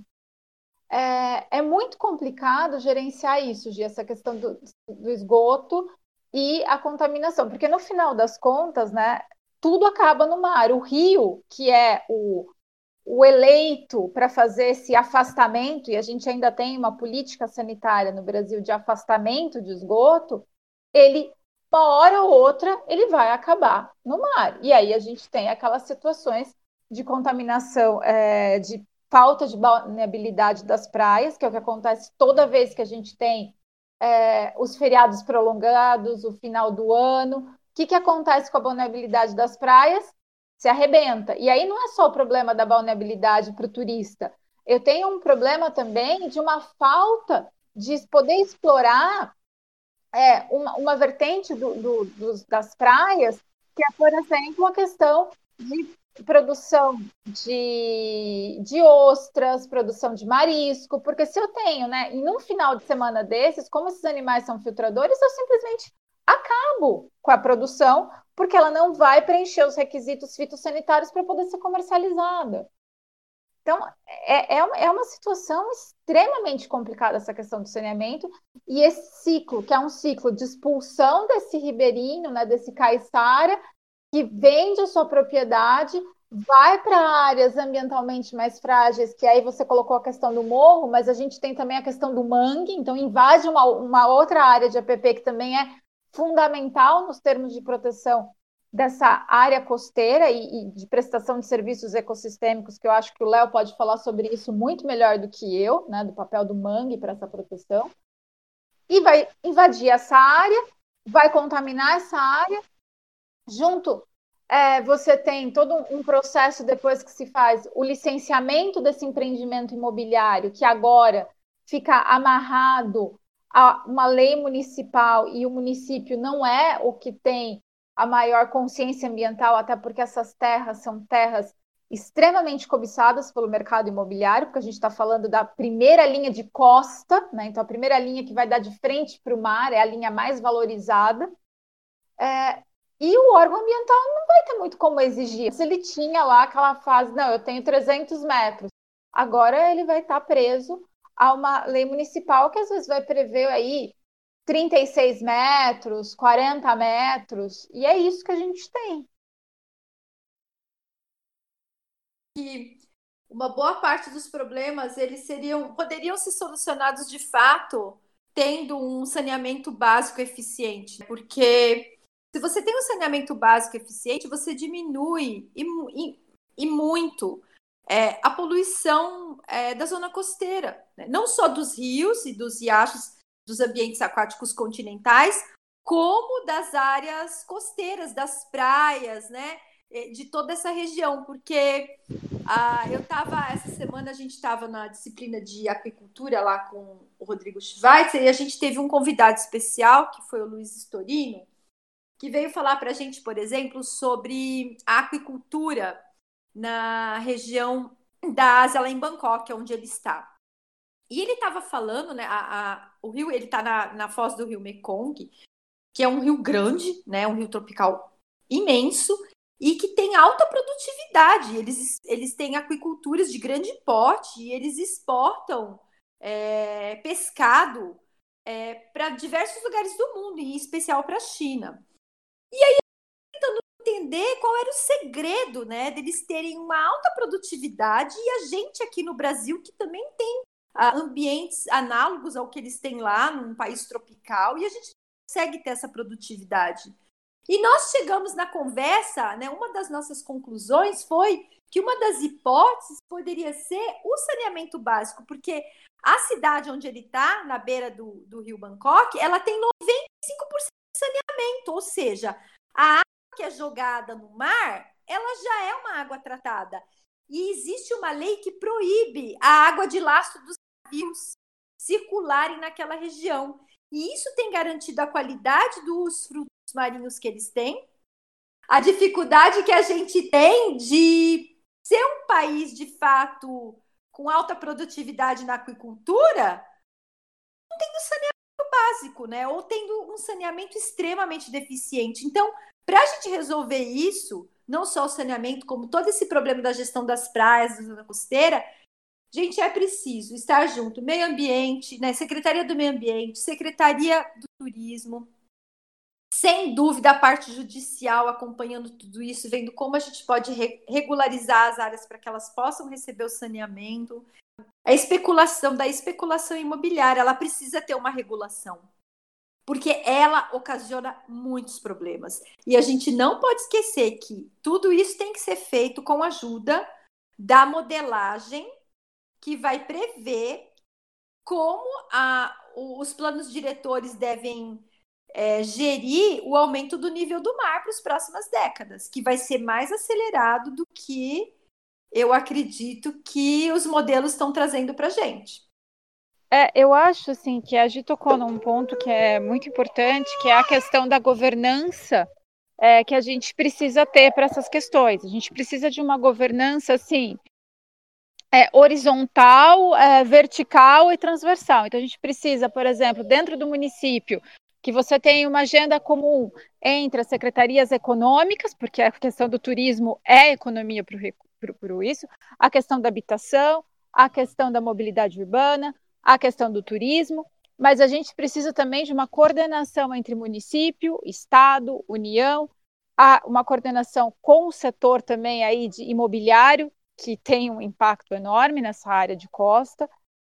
É, é muito complicado gerenciar isso, Gia, essa questão do, do esgoto e a contaminação, porque no final das contas, né, tudo acaba no mar. O rio, que é o, o eleito para fazer esse afastamento, e a gente ainda tem uma política sanitária no Brasil de afastamento de esgoto, ele, uma hora ou outra, ele vai acabar no mar. E aí a gente tem aquelas situações de contaminação, é, de falta de balneabilidade das praias, que é o que acontece toda vez que a gente tem é, os feriados prolongados, o final do ano. O que, que acontece com a balneabilidade das praias? Se arrebenta. E aí não é só o problema da balneabilidade para o turista. Eu tenho um problema também de uma falta de poder explorar é, uma, uma vertente do, do, dos, das praias, que é, por exemplo, a questão de produção de, de ostras, produção de marisco, porque se eu tenho, né, e num final de semana desses, como esses animais são filtradores, eu simplesmente acabo com a produção, porque ela não vai preencher os requisitos fitossanitários para poder ser comercializada. Então, é, é uma situação extremamente complicada essa questão do saneamento, e esse ciclo, que é um ciclo de expulsão desse ribeirinho, né, desse caiçara, que vende a sua propriedade, vai para áreas ambientalmente mais frágeis, que aí você colocou a questão do morro, mas a gente tem também a questão do mangue, então invade uma, uma outra área de A P P que também é fundamental nos termos de proteção dessa área costeira e, e de prestação de serviços ecossistêmicos, que eu acho que o Léo pode falar sobre isso muito melhor do que eu, né, do papel do mangue para essa proteção. e vai invadir essa área, vai contaminar essa área. Junto, é, você tem todo um processo depois que se faz o licenciamento desse empreendimento imobiliário, que agora fica amarrado a uma lei municipal, e o município não é o que tem a maior consciência ambiental, até porque essas terras são terras extremamente cobiçadas pelo mercado imobiliário, porque a gente está falando da primeira linha de costa, né? Então a primeira linha que vai dar de frente para o mar é a linha mais valorizada. É, e o órgão ambiental não vai ter muito como exigir. Se ele tinha lá aquela fase, não, eu tenho trezentos metros, agora ele vai estar preso a uma lei municipal que às vezes vai prever aí trinta e seis metros, quarenta metros, e é isso que a gente tem. Que uma boa parte dos problemas eles seriam, poderiam ser solucionados de fato tendo um saneamento básico eficiente, porque se você tem um saneamento básico eficiente, você diminui e, e, e muito é, a poluição é, da zona costeira, né? Não só dos rios e dos riachos, dos ambientes aquáticos continentais, como das áreas costeiras, das praias, né? De toda essa região, porque ah, eu estava, essa semana a gente estava na disciplina de aquicultura lá com o Rodrigo Schweitzer, e a gente teve um convidado especial, que foi o Luiz Storino, que veio falar para a gente, por exemplo, sobre a aquicultura na região da Ásia, lá em Bangkok, onde ele está. E ele estava falando, né, a, a, o rio, ele está na, na foz do rio Mekong, que é um rio grande, né, um rio tropical imenso, e que tem alta produtividade. Eles, eles têm aquiculturas de grande porte e eles exportam é, pescado é, para diversos lugares do mundo, em especial para a China. E aí, tentando entender qual era o segredo, né, deles terem uma alta produtividade, e a gente aqui no Brasil, que também tem ah, ambientes análogos ao que eles têm lá, num país tropical, e a gente não consegue ter essa produtividade. E nós chegamos na conversa, né, uma das nossas conclusões foi que uma das hipóteses poderia ser o saneamento básico, porque a cidade onde ele está, na beira do, do rio Bangkok, ela tem noventa e cinco por cento de saneamento, ou seja, a água que é jogada no mar, ela já é uma água tratada. E existe uma lei que proíbe a água de lastro dos navios circularem naquela região. E isso tem garantido a qualidade dos frutos marinhos que eles têm, a dificuldade que a gente tem de ser um país, de fato, com alta produtividade na aquicultura, não tendo saneamento básico, né? Ou tendo um saneamento extremamente deficiente. Então, para a gente resolver isso, não só o saneamento, como todo esse problema da gestão das praias, da zona costeira, gente, é preciso estar junto, meio ambiente, né? Secretaria do Meio Ambiente, Secretaria do Turismo, sem dúvida a parte judicial acompanhando tudo isso, vendo como a gente pode re- regularizar as áreas para que elas possam receber o saneamento. A especulação, da especulação imobiliária, ela precisa ter uma regulação, porque ela ocasiona muitos problemas. E a gente não pode esquecer que tudo isso tem que ser feito com a ajuda da modelagem que vai prever como a, os planos diretores devem É, gerir o aumento do nível do mar para as próximas décadas, que vai ser mais acelerado do que eu acredito que os modelos estão trazendo para a gente. É, eu acho assim, que a Gi tocou num ponto que é muito importante, que é a questão da governança é, que a gente precisa ter para essas questões. A gente precisa de uma governança assim, é, horizontal, é, vertical e transversal. Então a gente precisa, por exemplo, dentro do município, que você tenha uma agenda comum entre as secretarias econômicas, porque a questão do turismo é economia para isso, a questão da habitação, a questão da mobilidade urbana, a questão do turismo, mas a gente precisa também de uma coordenação entre município, Estado, União, uma coordenação com o setor também aí de imobiliário, que tem um impacto enorme nessa área de costa.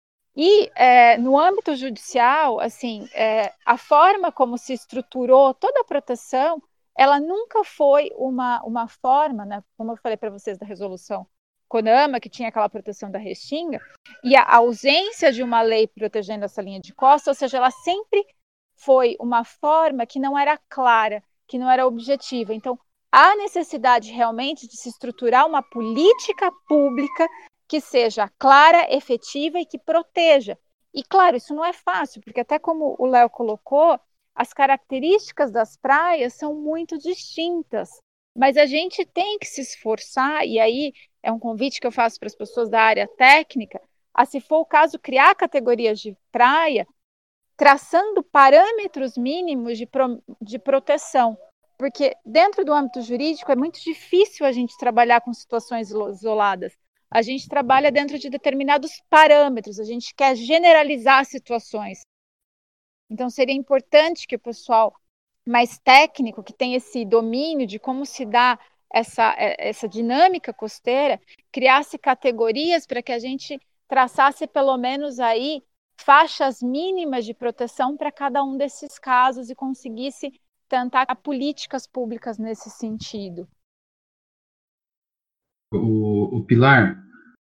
E é, no âmbito judicial, assim, é, a forma como se estruturou toda a proteção, ela nunca foi uma, uma forma, né, como eu falei para vocês da resolução CONAMA, que tinha aquela proteção da Restinga, e a ausência de uma lei protegendo essa linha de costa, ou seja, ela sempre foi uma forma que não era clara, que não era objetiva. Então, há necessidade realmente de se estruturar uma política pública que seja clara, efetiva e que proteja. E, claro, isso não é fácil, porque até como o Léo colocou, as características das praias são muito distintas. Mas a gente tem que se esforçar, e aí é um convite que eu faço para as pessoas da área técnica, a, se for o caso, criar categorias de praia, traçando parâmetros mínimos de, pro, de proteção. Porque dentro do âmbito jurídico é muito difícil a gente trabalhar com situações isoladas. A gente trabalha dentro de determinados parâmetros, a gente quer generalizar situações. Então, seria importante que o pessoal mais técnico, que tem esse domínio de como se dá essa, essa dinâmica costeira, criasse categorias para que a gente traçasse pelo menos aí faixas mínimas de proteção para cada um desses casos e conseguisse tentar políticas públicas nesse sentido. O, o Pilar.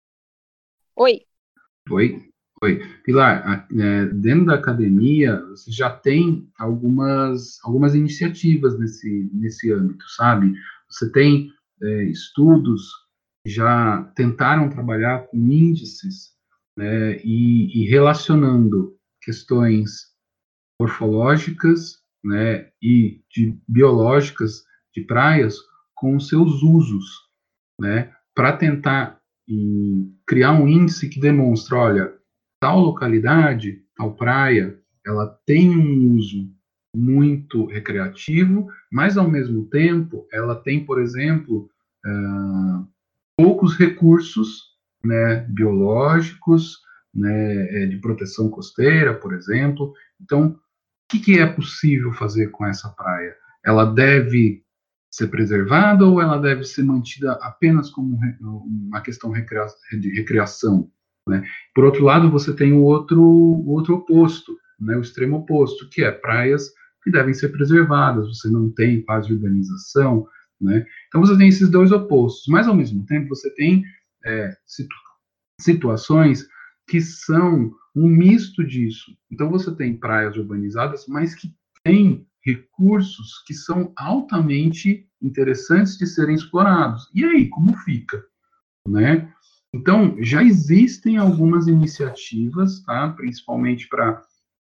Oi. Oi. Oi. Pilar, é, dentro da academia, você já tem algumas, algumas iniciativas nesse, nesse âmbito, sabe? Você tem é, estudos que já tentaram trabalhar com índices, né, e, e relacionando questões morfológicas, né, e de biológicas de praias com os seus usos, né, para tentar e, criar um índice que demonstra, olha, tal localidade, tal praia, ela tem um uso muito recreativo, mas ao mesmo tempo ela tem, por exemplo, uh, poucos recursos, né, biológicos, né, de proteção costeira, por exemplo. Então, o que, que é possível fazer com essa praia? Ela deve ser preservada ou ela deve ser mantida apenas como uma questão de recreação? Né? Por outro lado, você tem o outro, o outro oposto, né, o extremo oposto, que é praias que devem ser preservadas, você não tem quase urbanização, né? Então você tem esses dois opostos, mas ao mesmo tempo você tem é, situ situações que são um misto disso. Então você tem praias urbanizadas, mas que têm recursos que são altamente interessantes de serem explorados. E aí, como fica? Né? Então, já existem algumas iniciativas, tá? Principalmente para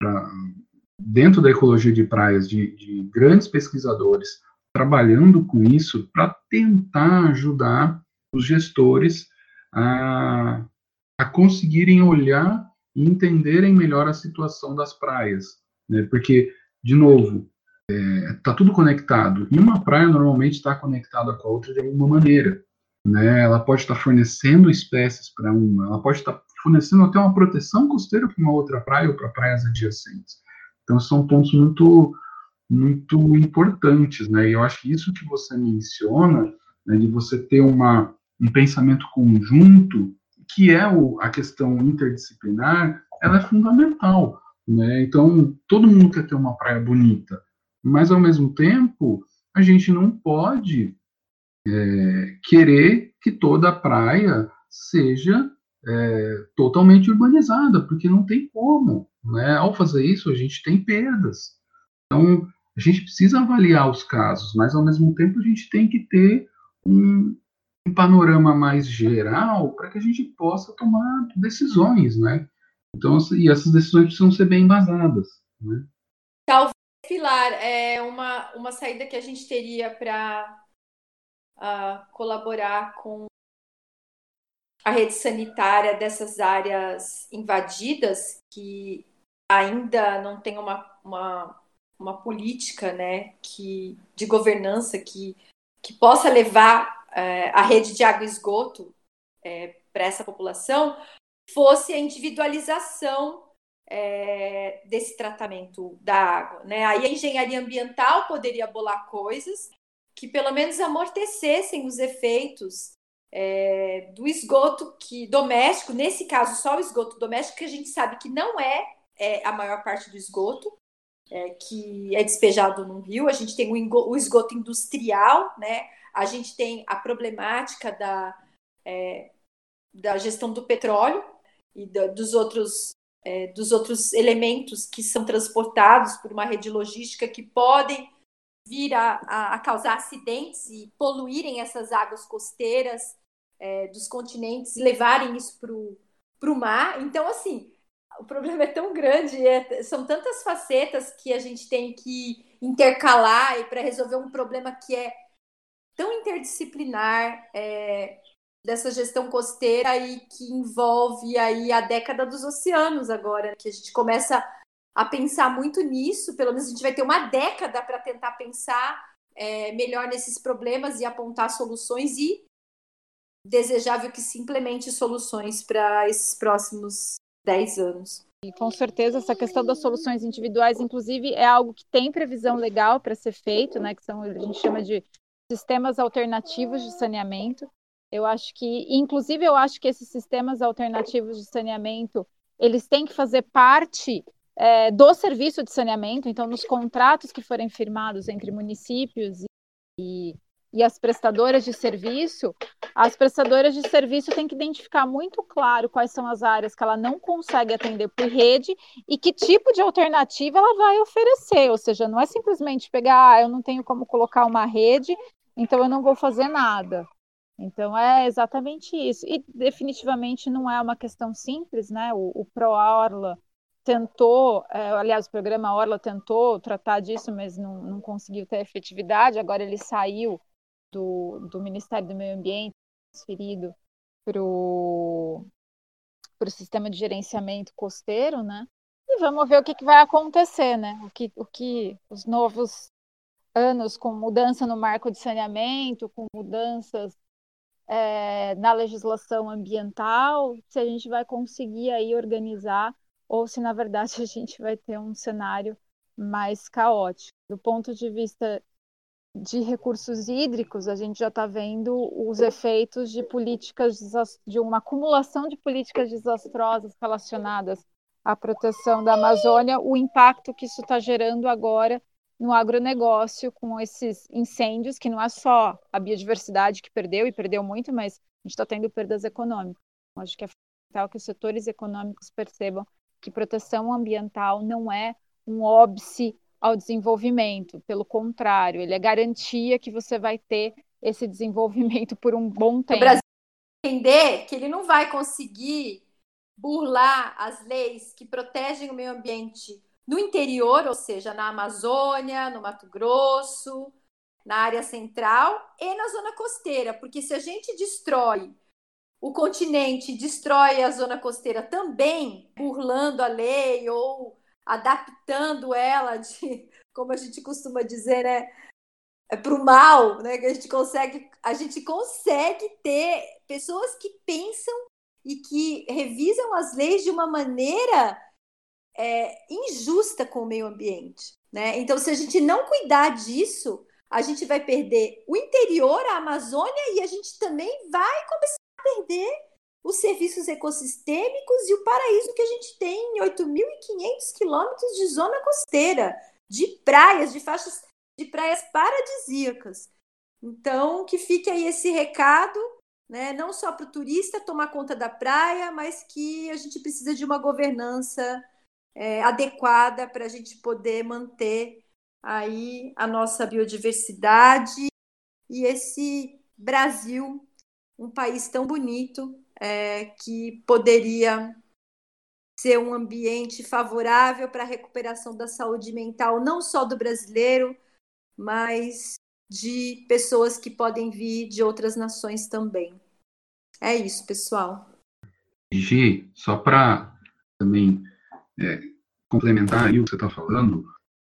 dentro da ecologia de praias, de, de grandes pesquisadores trabalhando com isso para tentar ajudar os gestores a, a conseguirem olhar e entenderem melhor a situação das praias, né? Porque, de novo, está é, tudo conectado. E uma praia normalmente está conectada com a outra de alguma maneira. Né? Ela pode estar fornecendo espécies para uma, ela pode estar fornecendo até uma proteção costeira para uma outra praia ou para praias adjacentes. Então, são pontos muito, muito importantes, né? E eu acho que isso que você menciona, né, de você ter uma, um pensamento conjunto, que é o, a questão interdisciplinar, ela é fundamental, né? Então, todo mundo quer ter uma praia bonita, mas, ao mesmo tempo, a gente não pode É, querer que toda a praia seja é, totalmente urbanizada, porque não tem como, né? Ao fazer isso, a gente tem perdas. Então, a gente precisa avaliar os casos, mas, ao mesmo tempo, a gente tem que ter um, um panorama mais geral para que a gente possa tomar decisões, né? Então, e essas decisões precisam ser bem embasadas, né? Talvez, Pilar, é uma, uma saída que a gente teria para a colaborar com a rede sanitária dessas áreas invadidas, que ainda não tem uma, uma, uma política, né, que, de governança que, que possa levar é, a rede de água e esgoto é, para essa população, fosse a individualização é, desse tratamento da água. Né? Aí a engenharia ambiental poderia bolar coisas que pelo menos amortecessem os efeitos é, do esgoto que, doméstico, nesse caso só o esgoto doméstico, que a gente sabe que não é, é a maior parte do esgoto é, que é despejado no rio. A gente tem o esgoto industrial, né? A gente tem a problemática da, é, da gestão do petróleo e do, dos outros é, dos outros elementos que são transportados por uma rede logística que podem vir a, a, a causar acidentes e poluírem essas águas costeiras é, dos continentes e levarem isso para o mar. Então, assim, o problema é tão grande, é, são tantas facetas que a gente tem que intercalar e para resolver um problema que é tão interdisciplinar é, dessa gestão costeira e que envolve aí a década dos oceanos agora, que a gente começa a pensar muito nisso, pelo menos a gente vai ter uma década para tentar pensar é, melhor nesses problemas e apontar soluções e desejável que se implemente soluções para esses próximos dez anos. E com certeza essa questão das soluções individuais, inclusive, é algo que tem previsão legal para ser feito, né, que são, a gente chama de sistemas alternativos de saneamento. Eu acho que, inclusive, eu acho que esses sistemas alternativos de saneamento, eles têm que fazer parte é, do serviço de saneamento. Então, nos contratos que forem firmados entre municípios e, e as prestadoras de serviço, as prestadoras de serviço têm que identificar muito claro quais são as áreas que ela não consegue atender por rede e que tipo de alternativa ela vai oferecer. Ou seja, não é simplesmente pegar, ah, eu não tenho como colocar uma rede, então eu não vou fazer nada. Então, é exatamente isso. E definitivamente não é uma questão simples, né? O, o ProOrla tentou, é, aliás, o programa Orla tentou tratar disso, mas não, não conseguiu ter efetividade. Agora ele saiu do, do Ministério do Meio Ambiente, transferido para o sistema de gerenciamento costeiro, né? E vamos ver o que, que vai acontecer, né? O que, o que os novos anos com mudança no marco de saneamento, com mudanças É, na legislação ambiental, se a gente vai conseguir aí organizar ou se, na verdade, a gente vai ter um cenário mais caótico. Do ponto de vista de recursos hídricos, a gente já está vendo os efeitos de políticas, de uma acumulação de políticas desastrosas relacionadas à proteção da Amazônia, o impacto que isso está gerando agora no agronegócio com esses incêndios, que não é só a biodiversidade que perdeu, e perdeu muito, mas a gente está tendo perdas econômicas. Então, acho que é fundamental que os setores econômicos percebam que proteção ambiental não é um óbice ao desenvolvimento, pelo contrário, ele é garantia que você vai ter esse desenvolvimento por um bom tempo. O Brasil entender que ele não vai conseguir burlar as leis que protegem o meio ambiente no interior, ou seja, na Amazônia, no Mato Grosso, na área central e na zona costeira, porque se a gente destrói o continente, destrói a zona costeira também, burlando a lei ou adaptando ela, de, como a gente costuma dizer, né, para o mal, né, que a gente consegue, a gente consegue ter pessoas que pensam e que revisam as leis de uma maneira É, injusta com o meio ambiente, né? Então, se a gente não cuidar disso, a gente vai perder o interior, a Amazônia, e a gente também vai começar a perder os serviços ecossistêmicos e o paraíso que a gente tem em oito mil e quinhentos quilômetros de zona costeira, de praias, de faixas de praias paradisíacas. Então, que fique aí esse recado, né? Não só para o turista tomar conta da praia, mas que a gente precisa de uma governança É, adequada para a gente poder manter aí a nossa biodiversidade e esse Brasil, um país tão bonito, é, que poderia ser um ambiente favorável para a recuperação da saúde mental, não só do brasileiro, mas de pessoas que podem vir de outras nações também. É isso, pessoal. Gi, só para também É, complementar aí o que você está falando,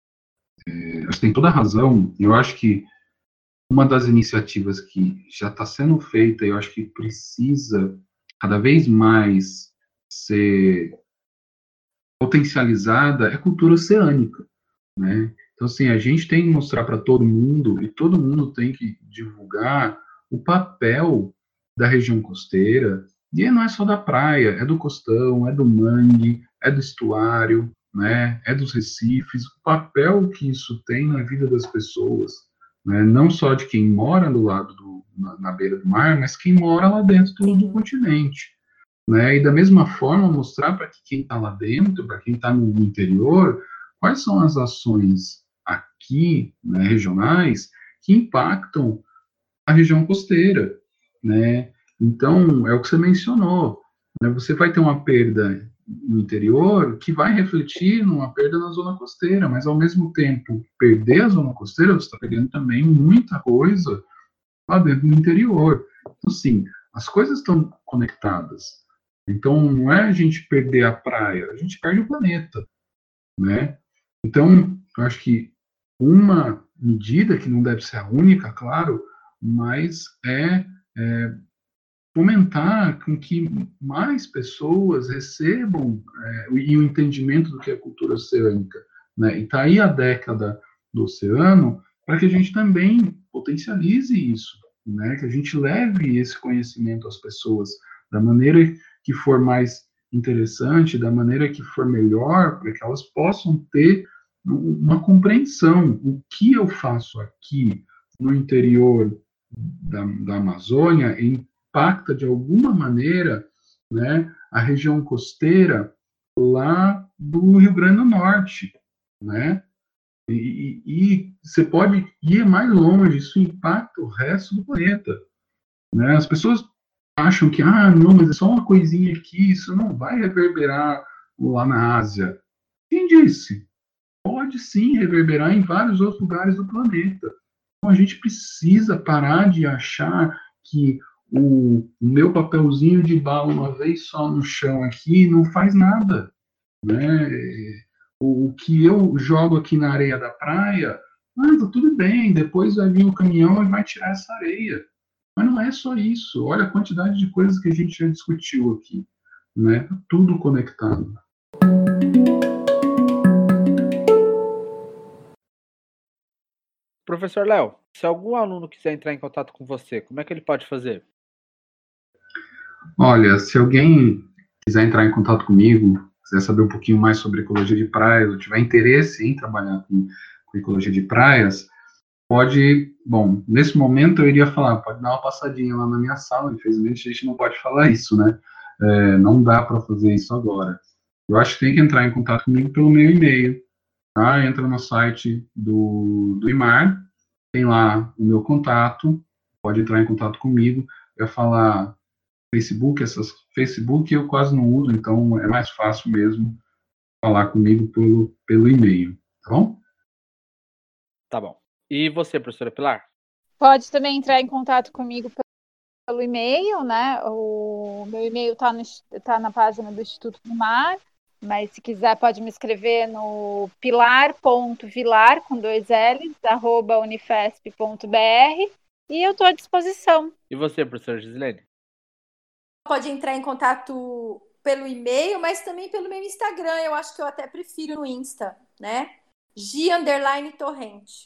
é, você tem toda a razão. Eu acho que uma das iniciativas que já está sendo feita, eu acho que precisa cada vez mais ser potencializada, é a cultura oceânica, né? Então, assim, a gente tem que mostrar para todo mundo, e todo mundo tem que divulgar o papel da região costeira, e não é só da praia, é do costão, é do mangue, é do estuário, né, é dos recifes, o papel que isso tem na vida das pessoas, né, não só de quem mora do lado do, na, na beira do mar, mas quem mora lá dentro do, do continente, né? E da mesma forma mostrar para quem está lá dentro, para quem está no interior, quais são as ações aqui, né, regionais, que impactam a região costeira, né? Então, é o que você mencionou, né? Você vai ter uma perda no interior que vai refletir numa perda na zona costeira, mas ao mesmo tempo, perder a zona costeira, você está perdendo também muita coisa lá dentro do interior. Então, sim, as coisas estão conectadas. Então, não é a gente perder a praia, a gente perde o planeta, né? Então, eu acho que uma medida, que não deve ser a única, claro, mas é, é fomentar com que mais pessoas recebam é, e o entendimento do que é cultura oceânica, né? E está aí a década do oceano para que a gente também potencialize isso, né? Que a gente leve esse conhecimento às pessoas da maneira que for mais interessante, da maneira que for melhor, para que elas possam ter uma compreensão. O que eu faço aqui no interior da, da Amazônia impacta de alguma maneira, né, a região costeira lá do Rio Grande do Norte, né? E, e, e você pode ir mais longe, isso impacta o resto do planeta, né? As pessoas acham que, ah, não, mas é só uma coisinha aqui, isso não vai reverberar lá na Ásia. Quem disse? Pode sim reverberar em vários outros lugares do planeta. Então a gente precisa parar de achar que o, o meu papelzinho de bala uma vez só no chão aqui não faz nada, né? O, o que eu jogo aqui na areia da praia, ah, tá tudo bem, depois vai vir o caminhão e vai tirar essa areia. Mas não é só isso. Olha a quantidade de coisas que a gente já discutiu aqui, né? Tá tudo conectado. Professor Léo, se algum aluno quiser entrar em contato com você, como é que ele pode fazer? Olha, se alguém quiser entrar em contato comigo, quiser saber um pouquinho mais sobre ecologia de praias, ou tiver interesse em trabalhar com, com ecologia de praias, pode, bom, nesse momento eu iria falar, pode dar uma passadinha lá na minha sala, infelizmente a gente não pode falar isso, né? É, não dá para fazer isso agora. Eu acho que tem que entrar em contato comigo pelo meu e-mail, tá? Entra no site do, do IMAR, tem lá o meu contato, pode entrar em contato comigo, eu falar Facebook, essas Facebook eu quase não uso, então é mais fácil mesmo falar comigo pelo, pelo e-mail, tá bom? Tá bom. E você, professora Pilar? Pode também entrar em contato comigo pelo e-mail, né? O meu e-mail está tá na página do Instituto do Mar, mas se quiser pode me escrever no pilar.vilar, com dois L's, arroba unifesp ponto br, e eu estou à disposição. E você, professora Gislene? Pode entrar em contato pelo e-mail, mas também pelo meu Instagram. Eu acho que eu até prefiro no Insta, né? G underline Torrente.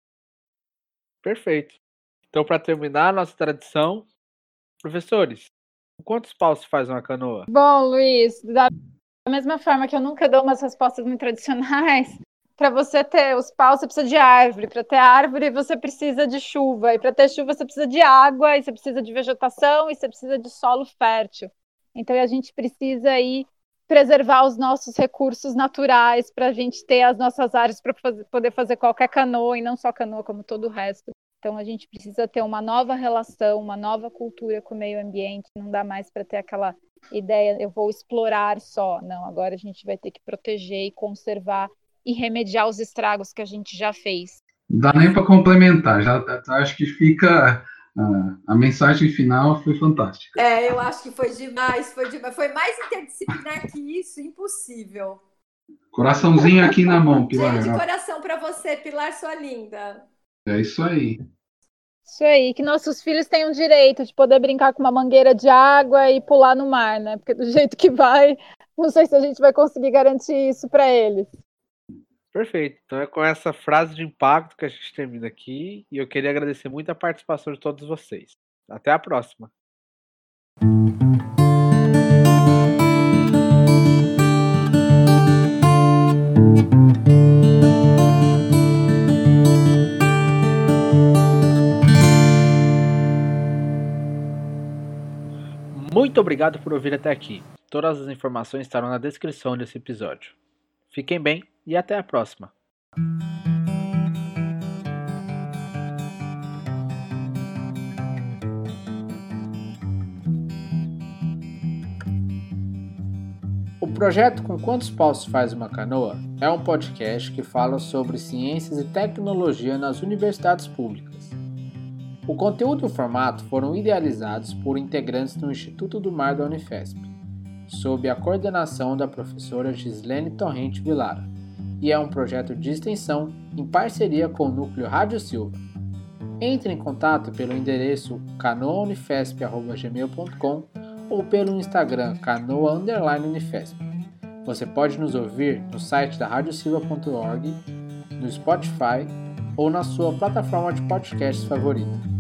Perfeito. Então, para terminar a nossa tradição, professores, quantos paus se faz uma canoa? Bom, Luiz, da mesma forma que eu nunca dou umas respostas muito tradicionais, para você ter os paus, você precisa de árvore. Para ter árvore, você precisa de chuva. E para ter chuva, você precisa de água, e você precisa de vegetação, e você precisa de solo fértil. Então, a gente precisa aí preservar os nossos recursos naturais para a gente ter as nossas árvores para poder fazer qualquer canoa, e não só canoa, como todo o resto. Então, a gente precisa ter uma nova relação, uma nova cultura com o meio ambiente. Não dá mais para ter aquela ideia, eu vou explorar só. Não, agora a gente vai ter que proteger e conservar e remediar os estragos que a gente já fez. Não dá nem para complementar, já acho que fica... Uh, a mensagem final foi fantástica. É, eu acho que foi demais, foi demais. Foi mais interdisciplinar que isso, impossível. Coraçãozinho aqui na mão, Pilar. Cheio de coração para você, Pilar, sua linda. É isso aí. Isso aí, que nossos filhos tenham direito de poder brincar com uma mangueira de água e pular no mar, né? Porque do jeito que vai, não sei se a gente vai conseguir garantir isso para eles. Perfeito. Então é com essa frase de impacto que a gente termina aqui, e eu queria agradecer muito a participação de todos vocês. Até a próxima. Muito Muito obrigado por ouvir até aqui. Todas as informações estarão na descrição desse episódio. Fiquem bem e até a próxima. O projeto Com Quantos Paus Faz Uma Canoa é um podcast que fala sobre ciências e tecnologia nas universidades públicas. O conteúdo e o formato foram idealizados por integrantes do Instituto do Mar da Unifesp, sob a coordenação da professora Gislene Torrente Vilara, e é um projeto de extensão em parceria com o Núcleo Rádio Silva. Entre em contato pelo endereço canoa unifesp arroba gmail ponto com ou pelo Instagram canoa underline unifesp. Você pode nos ouvir no site da rádio silva ponto org, no Spotify ou na sua plataforma de podcasts favorita.